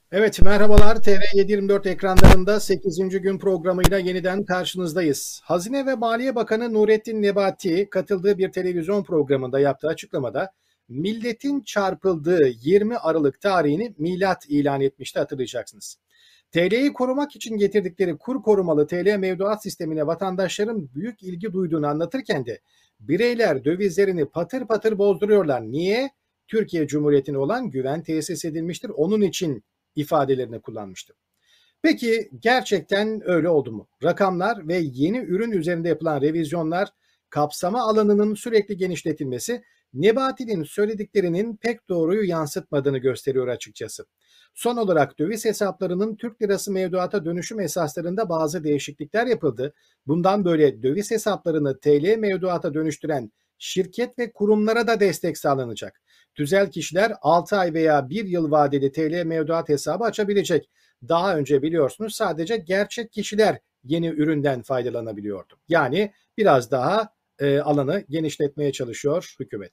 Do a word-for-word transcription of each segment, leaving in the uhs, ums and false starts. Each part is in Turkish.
Evet, merhabalar. T R yedi yirmi dört ekranlarında sekizinci gün programıyla yeniden karşınızdayız. Hazine ve Maliye Bakanı Nurettin Nebati katıldığı bir televizyon programında yaptığı açıklamada milletin çarpıldığı yirmi Aralık tarihini milat ilan etmişti, hatırlayacaksınız. T L'yi korumak için getirdikleri kur korumalı T L mevduat sistemine vatandaşların büyük ilgi duyduğunu anlatırken de bireyler dövizlerini patır patır bozduruyorlar. Niye? Türkiye Cumhuriyeti'ne olan güven tesis edilmiştir. Onun için ifadelerini kullanmıştı. Peki gerçekten öyle oldu mu? Rakamlar ve yeni ürün üzerinde yapılan revizyonlar, kapsama alanının sürekli genişletilmesi Nebati'nin söylediklerinin pek doğruyu yansıtmadığını gösteriyor açıkçası. Son olarak döviz hesaplarının Türk lirası mevduata dönüşüm esaslarında bazı değişiklikler yapıldı. Bundan böyle döviz hesaplarını T L mevduata dönüştüren şirket ve kurumlara da destek sağlanacak. Tüzel kişiler altı ay veya bir yıl vadeli T L mevduat hesabı açabilecek. Daha önce biliyorsunuz sadece gerçek kişiler yeni üründen faydalanabiliyordu. Yani biraz daha e, alanı genişletmeye çalışıyor hükümet.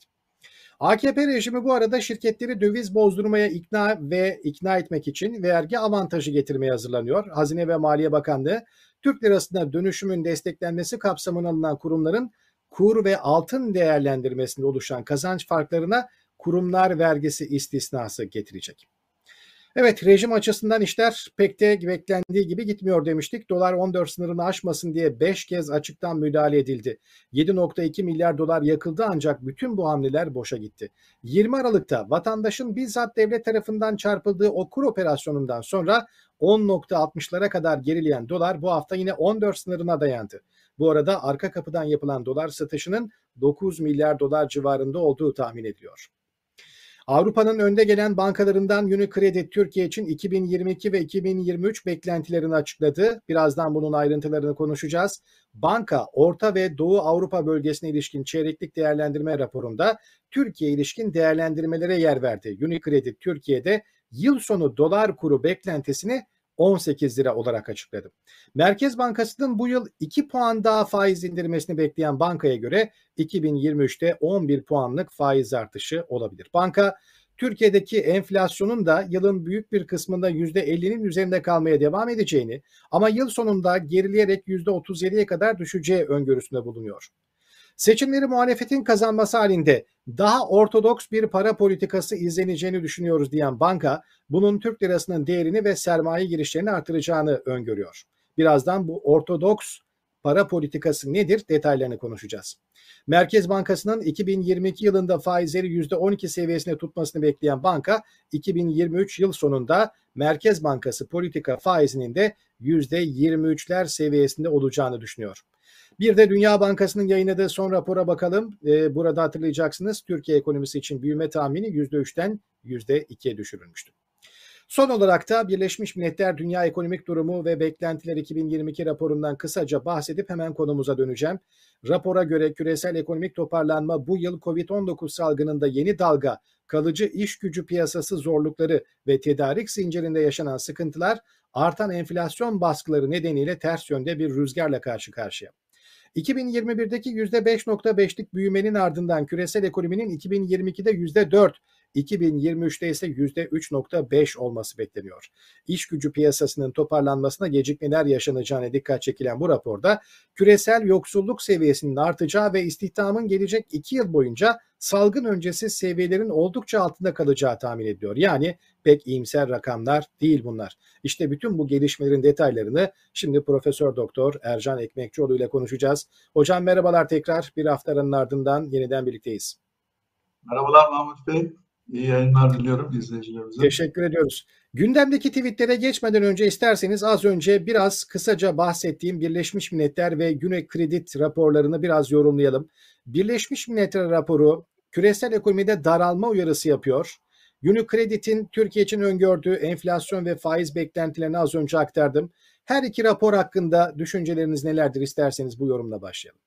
A K P rejimi bu arada şirketleri döviz bozdurmaya ikna ve ikna etmek için vergi avantajı getirmeye hazırlanıyor. Hazine ve Maliye Bakanlığı, Türk lirasına dönüşümün desteklenmesi kapsamına alınan kurumların kur ve altın değerlendirmesinde oluşan kazanç farklarına kurumlar vergisi istisnası getirecek. Evet, rejim açısından işler pek de beklendiği gibi gitmiyor demiştik. Dolar on dört sınırını aşmasın diye beş kez açıktan müdahale edildi. yedi virgül iki milyar dolar yakıldı ancak bütün bu hamleler boşa gitti. yirmi Aralık'ta vatandaşın bizzat devlet tarafından çarpıldığı o kur operasyonundan sonra on virgül altmışlara kadar gerileyen dolar bu hafta yine on dört sınırına dayandı. Bu arada arka kapıdan yapılan dolar satışının dokuz milyar dolar civarında olduğu tahmin ediliyor. Avrupa'nın önde gelen bankalarından UniCredit Türkiye için iki bin yirmi iki ve iki bin yirmi üç beklentilerini açıkladı. Birazdan bunun ayrıntılarını konuşacağız. Banka, Orta ve Doğu Avrupa bölgesine ilişkin çeyreklik değerlendirme raporunda Türkiye ilişkin değerlendirmelere yer verdi. UniCredit Türkiye'de yıl sonu dolar kuru beklentisini on sekiz lira olarak açıkladı. Merkez Bankası'nın bu yıl iki puan daha faiz indirmesini bekleyen bankaya göre iki bin yirmi üçte on bir puanlık faiz artışı olabilir. Banka, Türkiye'deki enflasyonun da yılın büyük bir kısmında yüzde ellinin üzerinde kalmaya devam edeceğini ama yıl sonunda gerileyerek yüzde otuz yediye kadar düşeceği öngörüsünde bulunuyor. Seçimleri muhalefetin kazanması halinde daha ortodoks bir para politikası izleneceğini düşünüyoruz diyen banka, bunun Türk lirasının değerini ve sermaye girişlerini artıracağını öngörüyor. Birazdan bu ortodoks para politikası nedir detaylarını konuşacağız. Merkez Bankası'nın iki bin yirmi iki yılında faizleri yüzde on iki seviyesine tutmasını bekleyen banka, iki bin yirmi üç yıl sonunda Merkez Bankası politika faizinin de yüzde yirmi üçler seviyesinde olacağını düşünüyor. Bir de Dünya Bankası'nın yayınladığı son rapora bakalım. Ee, burada hatırlayacaksınız Türkiye ekonomisi için büyüme tahmini yüzde üçten yüzde ikiye düşürülmüştü. Son olarak da Birleşmiş Milletler Dünya Ekonomik Durumu ve Beklentiler iki bin yirmi iki raporundan kısaca bahsedip hemen konumuza döneceğim. Rapora göre küresel ekonomik toparlanma bu yıl kovid on dokuz salgınında yeni dalga, kalıcı iş gücü piyasası zorlukları ve tedarik zincirinde yaşanan sıkıntılar, artan enflasyon baskıları nedeniyle ters yönde bir rüzgarla karşı karşıya. iki bin yirmi birdeki yüzde beş virgül beşlik büyümenin ardından küresel ekonominin iki bin yirmi ikide yüzde dört, iki bin yirmi üçte ise yüzde üç virgül beş olması bekleniyor. İş gücü piyasasının toparlanmasına gecikmeler yaşanacağına dikkat çekilen bu raporda küresel yoksulluk seviyesinin artacağı ve istihdamın gelecek iki yıl boyunca salgın öncesi seviyelerin oldukça altında kalacağı tahmin ediliyor. Yani pek iyimser rakamlar değil bunlar. İşte bütün bu gelişmelerin detaylarını şimdi Profesör Doktor Ercan Ekmekçioğlu ile konuşacağız. Hocam merhabalar tekrar. Bir hafta aranın ardından yeniden birlikteyiz. Merhabalar Mahmut Bey. İyi yayınlar diliyorum izleyicilerimize. Teşekkür ediyoruz. Gündemdeki tweetlere geçmeden önce isterseniz az önce biraz kısaca bahsettiğim Birleşmiş Milletler ve UniCredit raporlarını biraz yorumlayalım. Birleşmiş Milletler raporu küresel ekonomide daralma uyarısı yapıyor. UniCredit'in Türkiye için öngördüğü enflasyon ve faiz beklentilerini az önce aktardım. Her iki rapor hakkında düşünceleriniz nelerdir, isterseniz bu yorumla başlayalım.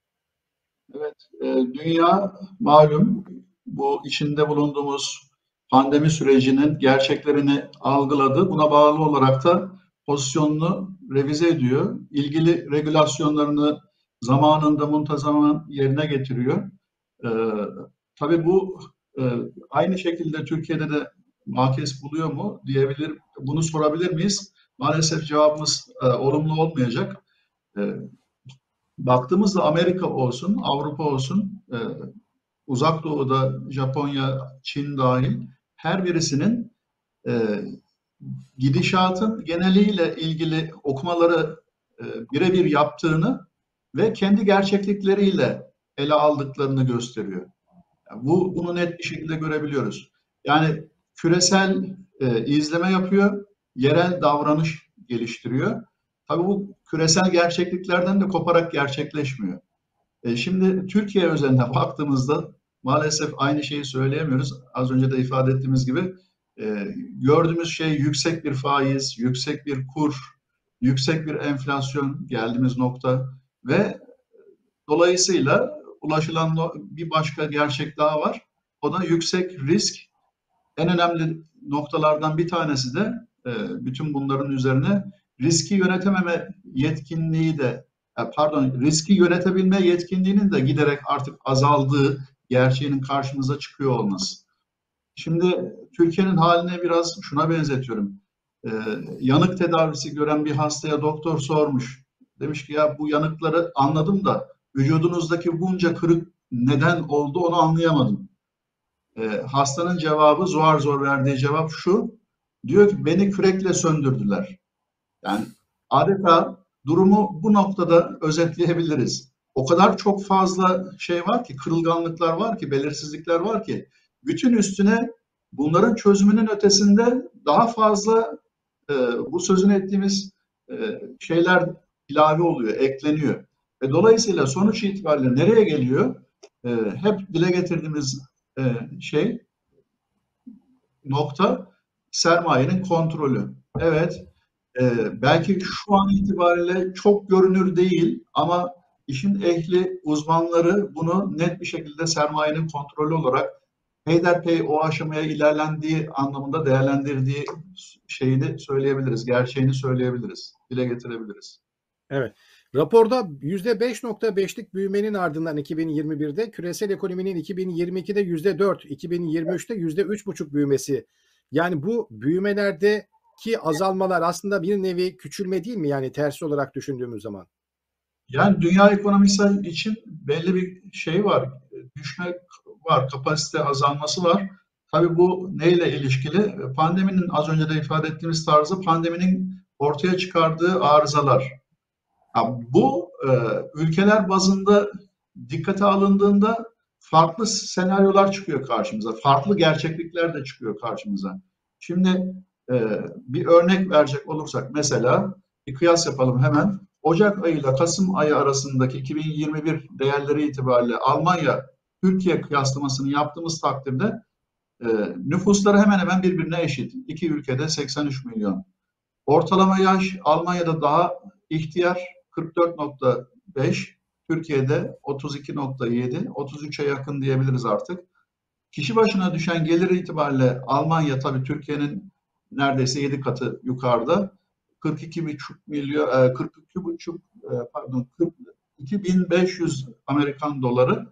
Evet, e, dünya malum bu içinde bulunduğumuz pandemi sürecinin gerçeklerini algıladı. Buna bağlı olarak da pozisyonunu revize ediyor. İlgili regülasyonlarını zamanında muntazaman yerine getiriyor. E, tabii bu e, aynı şekilde Türkiye'de de makes buluyor mu diyebilir, bunu sorabilir miyiz? Maalesef cevabımız e, olumlu olmayacak. E, baktığımızda Amerika olsun, Avrupa olsun, e, Uzak Doğu'da Japonya, Çin dahil her birisinin e, gidişatın geneliyle ilgili okumaları e, birebir yaptığını ve kendi gerçeklikleriyle ele aldıklarını gösteriyor. Yani bu bunu net bir şekilde görebiliyoruz. Yani küresel e, izleme yapıyor, yerel davranış geliştiriyor. Tabii bu küresel gerçekliklerden de koparak gerçekleşmiyor. E, şimdi Türkiye özeline baktığımızda maalesef aynı şeyi söyleyemiyoruz. Az önce de ifade ettiğimiz gibi e, gördüğümüz şey yüksek bir faiz, yüksek bir kur, yüksek bir enflasyon geldiğimiz nokta ve dolayısıyla ulaşılan bir başka gerçek daha var. O da yüksek risk. En önemli noktalardan bir tanesi de e, bütün bunların üzerine riski yönetememe yetkinliği de pardon riski yönetebilme yetkinliğinin de giderek artık azaldığı gerçeğinin karşımıza çıkıyor olması. Şimdi Türkiye'nin haline biraz şuna benzetiyorum. Ee, yanık tedavisi gören bir hastaya doktor sormuş. Demiş ki ya bu yanıkları anladım da vücudunuzdaki bunca kırık neden oldu onu anlayamadım. Ee, hastanın cevabı zor zor verdiği cevap şu. Diyor ki beni kürekle söndürdüler. Yani adeta durumu bu noktada özetleyebiliriz. O kadar çok fazla şey var ki, kırılganlıklar var ki, belirsizlikler var ki, bütün üstüne bunların çözümünün ötesinde daha fazla e, bu sözünü ettiğimiz e, şeyler ilave oluyor, ekleniyor. Ve dolayısıyla sonuç itibariyle nereye geliyor? E, hep dile getirdiğimiz e, şey, nokta, sermayenin kontrolü. Evet, Ee, belki şu an itibariyle çok görünür değil ama işin ehli uzmanları bunu net bir şekilde sermayenin kontrolü olarak peyderpey o aşamaya ilerlendiği anlamında değerlendirdiği şeyini söyleyebiliriz, gerçeğini söyleyebiliriz, dile getirebiliriz. Evet. Raporda yüzde beş nokta beşlik büyümenin ardından iki bin yirmi birde küresel ekonominin iki bin yirmi ikide yüzde dört, iki bin yirmi üçte yüzde üç buçuk büyümesi. Yani bu büyümelerde ki azalmalar aslında bir nevi küçülme değil mi? Yani tersi olarak düşündüğümüz zaman. Yani dünya ekonomisi için belli bir şey var, düşme var, kapasite azalması var. Tabii bu neyle ilişkili? Pandeminin az önce de ifade ettiğimiz tarzı pandeminin ortaya çıkardığı arızalar. Bu e, ülkeler bazında dikkate alındığında farklı senaryolar çıkıyor karşımıza, farklı gerçeklikler de çıkıyor karşımıza. Şimdi e, bir örnek verecek olursak mesela bir kıyas yapalım hemen. Ocak ayı ile Kasım ayı arasındaki iki bin yirmi bir değerleri itibariyle Almanya Türkiye kıyaslamasını yaptığımız takdirde e, nüfusları hemen hemen birbirine eşit. İki ülkede seksen üç milyon. Ortalama yaş Almanya'da daha ihtiyar kırk dört nokta beş, Türkiye'de otuz iki nokta yedi, otuz üçe yakın diyebiliriz artık. Kişi başına düşen gelir itibariyle Almanya tabii Türkiye'nin neredeyse yedi katı yukarıda. kırk iki buçuk milyon, kırk iki buçuk pardon kırk iki bin beş yüz Amerikan doları.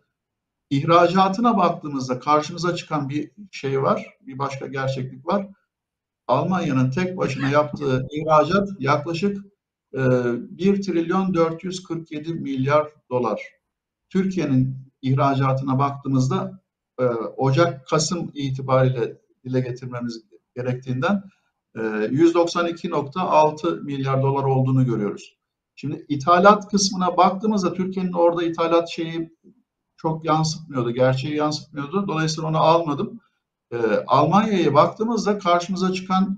İhracatına baktığımızda karşımıza çıkan bir şey var, bir başka gerçeklik var. Almanya'nın tek başına yaptığı ihracat yaklaşık e, bir trilyon dört yüz kırk yedi milyar dolar. Türkiye'nin ihracatına baktığımızda e, Ocak-Kasım itibariyle dile getirmemiz gerektiğinden e, yüz doksan iki nokta altı milyar dolar olduğunu görüyoruz. Şimdi ithalat kısmına baktığımızda Türkiye'nin orada ithalat şeyi çok yansıtmıyordu, gerçeği yansıtmıyordu. Dolayısıyla onu almadım. E, Almanya'ya baktığımızda karşımıza çıkan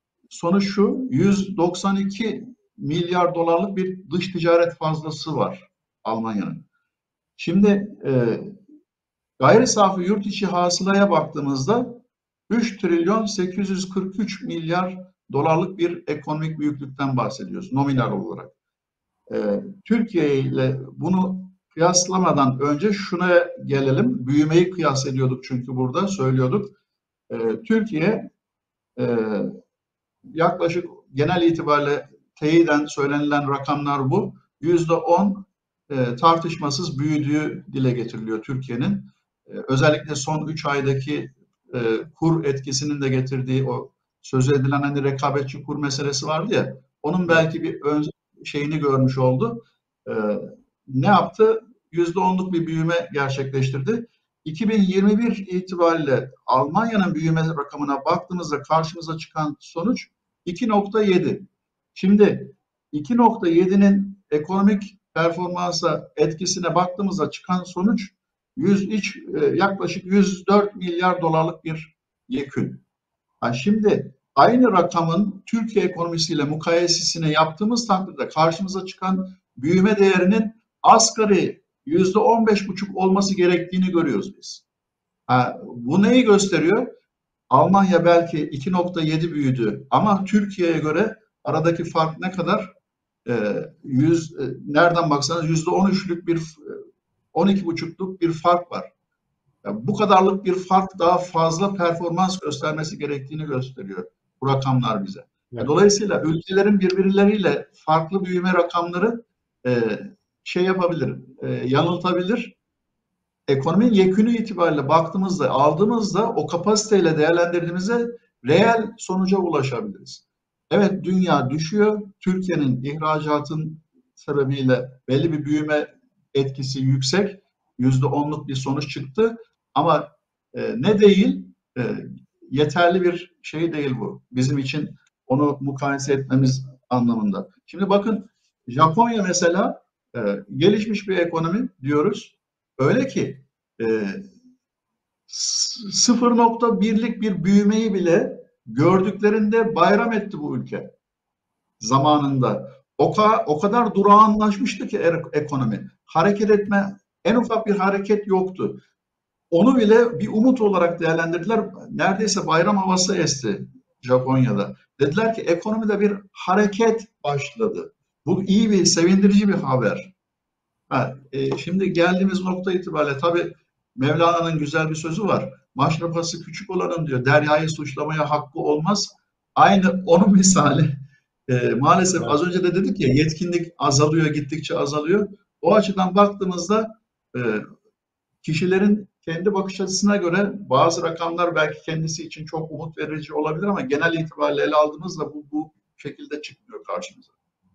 sonuç şu, yüz doksan iki milyar dolarlık bir dış ticaret fazlası var Almanya'nın. Şimdi e, gayri safi yurt içi hasılaya baktığımızda üç trilyon sekiz yüz kırk üç milyar dolarlık bir ekonomik büyüklükten bahsediyoruz nominal olarak. E, Türkiye ile bunu kıyaslamadan önce şuna gelelim. Büyümeyi kıyas ediyorduk çünkü burada söylüyorduk. E, Türkiye e, yaklaşık genel itibariyle teyiden söylenilen rakamlar bu. yüzde on e, tartışmasız büyüdüğü dile getiriliyor Türkiye'nin. E, özellikle son üç aydaki e, kur etkisinin de getirdiği o söz edilen hani rekabetçi kur meselesi vardı ya, onun belki bir ön şeyini görmüş oldu. E, ne yaptı? yüzde onluk bir büyüme gerçekleştirdi. iki bin yirmi bir itibariyle Almanya'nın büyüme rakamına baktığımızda karşımıza çıkan sonuç iki nokta yedi. Şimdi iki nokta yedi'nin ekonomik performansa etkisine baktığımızda çıkan sonuç yüz üç, yaklaşık yüz dört milyar dolarlık bir yekün. Ha şimdi aynı rakamın Türkiye ekonomisiyle mukayesesini yaptığımız takdirde karşımıza çıkan büyüme değerinin asgari yüzde on beş buçuk olması gerektiğini görüyoruz biz. Ha, bu neyi gösteriyor? Almanya belki iki nokta yedi büyüdü ama Türkiye'ye göre aradaki fark ne kadar? Ee, yüz, nereden baksanız yüzde on üçlük bir on iki buçukluk bir fark var. Yani bu kadarlık bir fark daha fazla performans göstermesi gerektiğini gösteriyor bu rakamlar bize. Evet. Dolayısıyla ülkelerin birbirleriyle farklı büyüme rakamları e, şey yapabilir, e, yanıltabilir. Ekonominin yekünü itibariyle baktığımızda, aldığımızda o kapasiteyle değerlendirdiğimizde reel sonuca ulaşabiliriz. Evet, dünya düşüyor. Türkiye'nin ihracatın sebebiyle belli bir büyüme etkisi yüksek. yüzde onluk bir sonuç çıktı. Ama e, ne değil, e, yeterli bir şey değil bu. Bizim için onu mukayese etmemiz anlamında. Şimdi bakın, Japonya mesela e, gelişmiş bir ekonomi diyoruz. Öyle ki e, sıfır nokta birlik bir büyümeyi bile gördüklerinde bayram etti bu ülke zamanında. O, ka o kadar durağanlaşmıştı ki ekonomi. Hareket etme, en ufak bir hareket yoktu. Onu bile bir umut olarak değerlendirdiler. Neredeyse bayram havası esti Japonya'da. Dediler ki ekonomide bir hareket başladı. Bu iyi bir, sevindirici bir haber. Ha, e, şimdi geldiğimiz nokta itibariyle tabii Mevlana'nın güzel bir sözü var. Maşrapası küçük olanın diyor, deryayı suçlamaya hakkı olmaz. Aynı onun misali. E, maalesef evet. Az önce de dedik ya, yetkinlik azalıyor, gittikçe azalıyor. O açıdan baktığımızda e, kişilerin kendi bakış açısına göre bazı rakamlar belki kendisi için çok umut verici olabilir ama genel itibariyle ele aldığımızda bu, bu şekilde çıkmıyor karşımıza.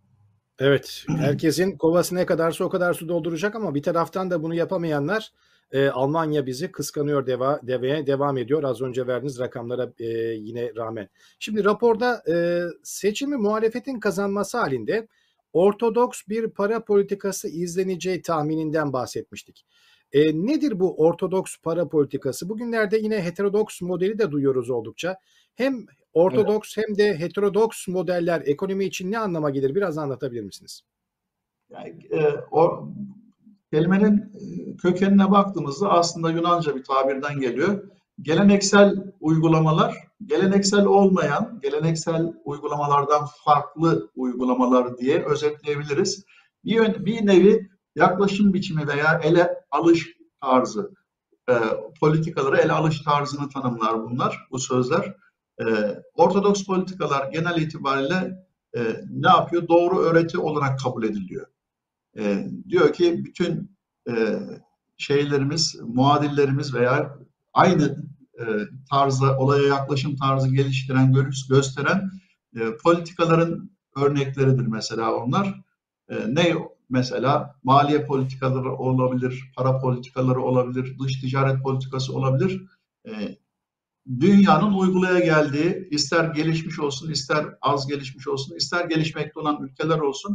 Evet, herkesin kovası ne kadarsa o kadar su dolduracak ama bir taraftan da bunu yapamayanlar e, Almanya bizi kıskanıyor deva, deveye devam ediyor. Az önce verdiğiniz rakamlara e, yine rağmen. Şimdi raporda e, seçimi muhalefetin kazanması halinde ortodoks bir para politikası izleneceği tahmininden bahsetmiştik. E, nedir bu ortodoks para politikası? Bugünlerde yine heterodoks modeli de duyuyoruz oldukça. Hem ortodoks evet. hem de heterodoks modeller ekonomi için ne anlama gelir? Biraz anlatabilir misiniz? Yani, e, o kelimenin kökenine baktığımızda aslında Yunanca bir tabirden geliyor. Geleneksel uygulamalar, geleneksel olmayan, geleneksel uygulamalardan farklı uygulamalar diye özetleyebiliriz. Bir, bir nevi yaklaşım biçimi veya ele alış tarzı, e, politikaları ele alış tarzını tanımlar bunlar, bu sözler. E, ortodoks politikalar genel itibariyle e, ne yapıyor? Doğru öğreti olarak kabul ediliyor. E, diyor ki bütün e, şeylerimiz, muadillerimiz veya aynı e, tarzda olaya yaklaşım tarzı geliştiren, gösteren e, politikaların örnekleridir mesela onlar. E, ne mesela? Maliye politikaları olabilir, para politikaları olabilir, dış ticaret politikası olabilir. E, dünyanın uygulaya geldiği, ister gelişmiş olsun, ister az gelişmiş olsun, ister gelişmekte olan ülkeler olsun,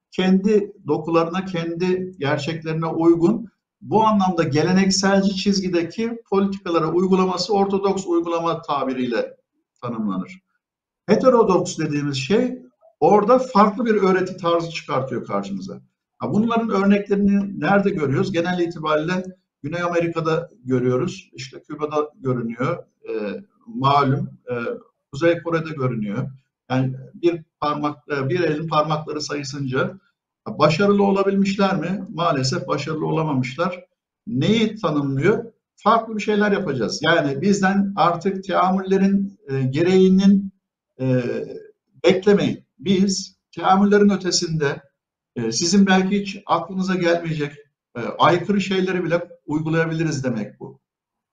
kendi dokularına, kendi gerçeklerine uygun, bu anlamda gelenekselci çizgideki politikalara uygulaması ortodoks uygulama tabiriyle tanımlanır. Heterodoks dediğimiz şey orada farklı bir öğreti tarzı çıkartıyor karşımıza. Bunların örneklerini nerede görüyoruz? Genel itibariyle Güney Amerika'da görüyoruz, işte Küba'da görünüyor, e, malum e, Kuzey Kore'de görünüyor. Yani bir parmak, bir elin parmakları sayısınca başarılı olabilmişler mi? Maalesef başarılı olamamışlar. Neyi tanımlıyor? Farklı bir şeyler yapacağız. Yani bizden artık teamüllerin e, gereğinin e, beklemeyin. Biz teamüllerin ötesinde e, sizin belki hiç aklınıza gelmeyecek e, aykırı şeyleri bile uygulayabiliriz demek bu.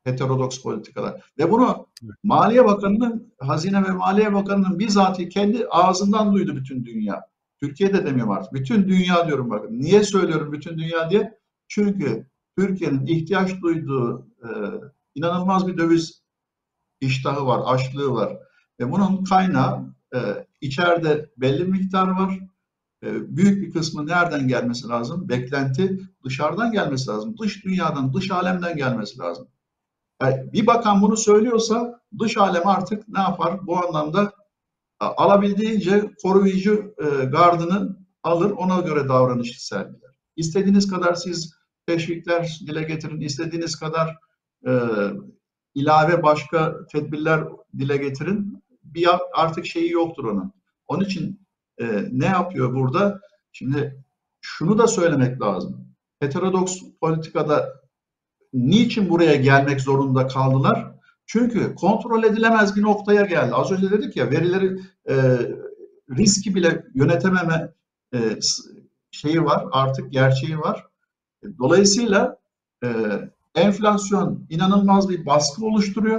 Heterodoks politikalar. Ve bunu Maliye Bakanı'nın, Hazine ve Maliye Bakanı'nın bizatihi kendi ağzından duydu bütün dünya. Türkiye'de demiyorum artık. Bütün dünya diyorum bakın. Niye söylüyorum bütün dünya diye? Çünkü Türkiye'nin ihtiyaç duyduğu e, inanılmaz bir döviz iştahı var, açlığı var. Ve bunun kaynağı e, içeride belli bir miktar var. E, büyük bir kısmı nereden gelmesi lazım? Beklenti dışarıdan gelmesi lazım. Dış dünyadan, dış alemden gelmesi lazım. Yani bir bakan bunu söylüyorsa dış alem artık ne yapar? Bu anlamda alabildiğince koruyucu e, gardını alır, ona göre davranış sergiler. İstediğiniz kadar siz teşvikler dile getirin, istediğiniz kadar e, ilave başka tedbirler dile getirin. Bir artık şeyi yoktur onun. Onun için e, ne yapıyor burada? Şimdi şunu da söylemek lazım. Heterodoks politikada niçin buraya gelmek zorunda kaldılar? Çünkü kontrol edilemez bir noktaya geldi. Az önce dedik ya, verileri e, riski bile yönetememe e, şeyi var, artık gerçeği var. Dolayısıyla e, enflasyon inanılmaz bir baskı oluşturuyor.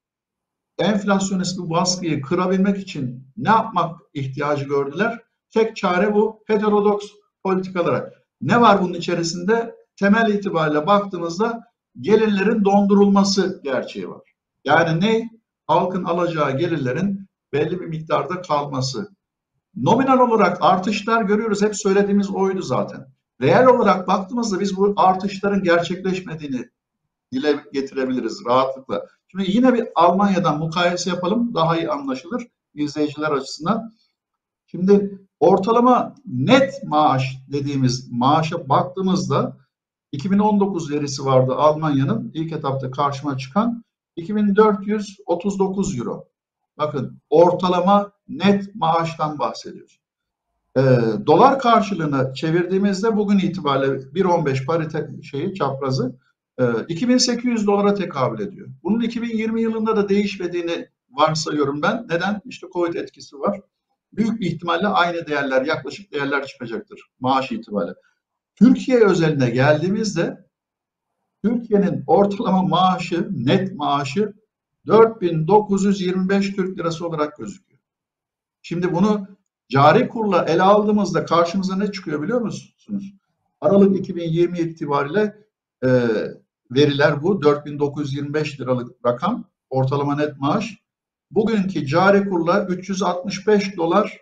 Enflasyonist bu baskıyı kırabilmek için ne yapmak ihtiyacı gördüler? Tek çare bu heterodoks politikalara. Ne var bunun içerisinde? Temel itibariyle baktığımızda gelirlerin dondurulması gerçeği var. Yani ne? Halkın alacağı gelirlerin belli bir miktarda kalması. Nominal olarak artışlar görüyoruz. Hep söylediğimiz oydu zaten. Reel olarak baktığımızda biz bu artışların gerçekleşmediğini dile getirebiliriz rahatlıkla. Şimdi yine bir Almanya'dan mukayese yapalım. Daha iyi anlaşılır izleyiciler açısından. Şimdi ortalama net maaş dediğimiz maaşa baktığımızda iki bin on dokuz verisi vardı Almanya'nın ilk etapta karşıma çıkan iki bin dört yüz otuz dokuz euro. Bakın ortalama net maaştan bahsediyoruz. Ee, dolar karşılığına çevirdiğimizde bugün itibariyle bir on beş parite şeyi çaprazı e, iki bin sekiz yüz dolara tekabül ediyor. Bunun iki bin yirmi yılında da değişmediğini varsayıyorum ben. Neden? İşte Covid etkisi var. Büyük bir ihtimalle aynı değerler, yaklaşık değerler çıkacaktır maaş itibariyle. Türkiye özeline geldiğimizde Türkiye'nin ortalama maaşı, net maaşı dört bin dokuz yüz yirmi beş Türk lirası olarak gözüküyor. Şimdi bunu cari kurla ele aldığımızda karşımıza ne çıkıyor biliyor musunuz? Aralık iki bin yirmi itibariyle e, veriler bu. dört bin dokuz yüz yirmi beş liralık rakam ortalama net maaş. Bugünkü cari kurla üç yüz altmış beş dolar,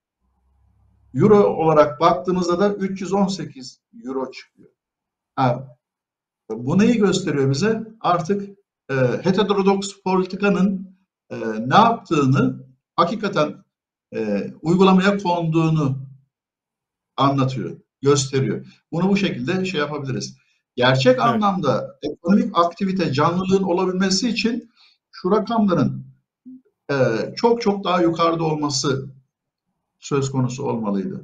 euro olarak baktığımızda da üç yüz on sekiz euro çıkıyor. Ha, bu neyi gösteriyor bize? Artık e, heterodoks politikanın e, ne yaptığını, hakikaten e, uygulamaya konduğunu anlatıyor, gösteriyor. Bunu bu şekilde şey yapabiliriz. Gerçek evet. anlamda ekonomik aktivite, canlılığın olabilmesi için şu rakamların e, çok çok daha yukarıda olması söz konusu olmalıydı.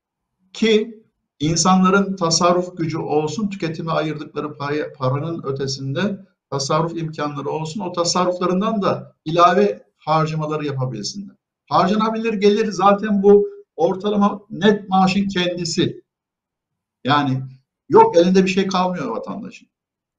Ki insanların tasarruf gücü olsun, tüketime ayırdıkları pay, paranın ötesinde tasarruf imkanları olsun, o tasarruflarından da ilave harcamaları yapabilsinler. Harcanabilir gelir zaten bu ortalama net maaşın kendisi. Yani yok, elinde bir şey kalmıyor vatandaşın.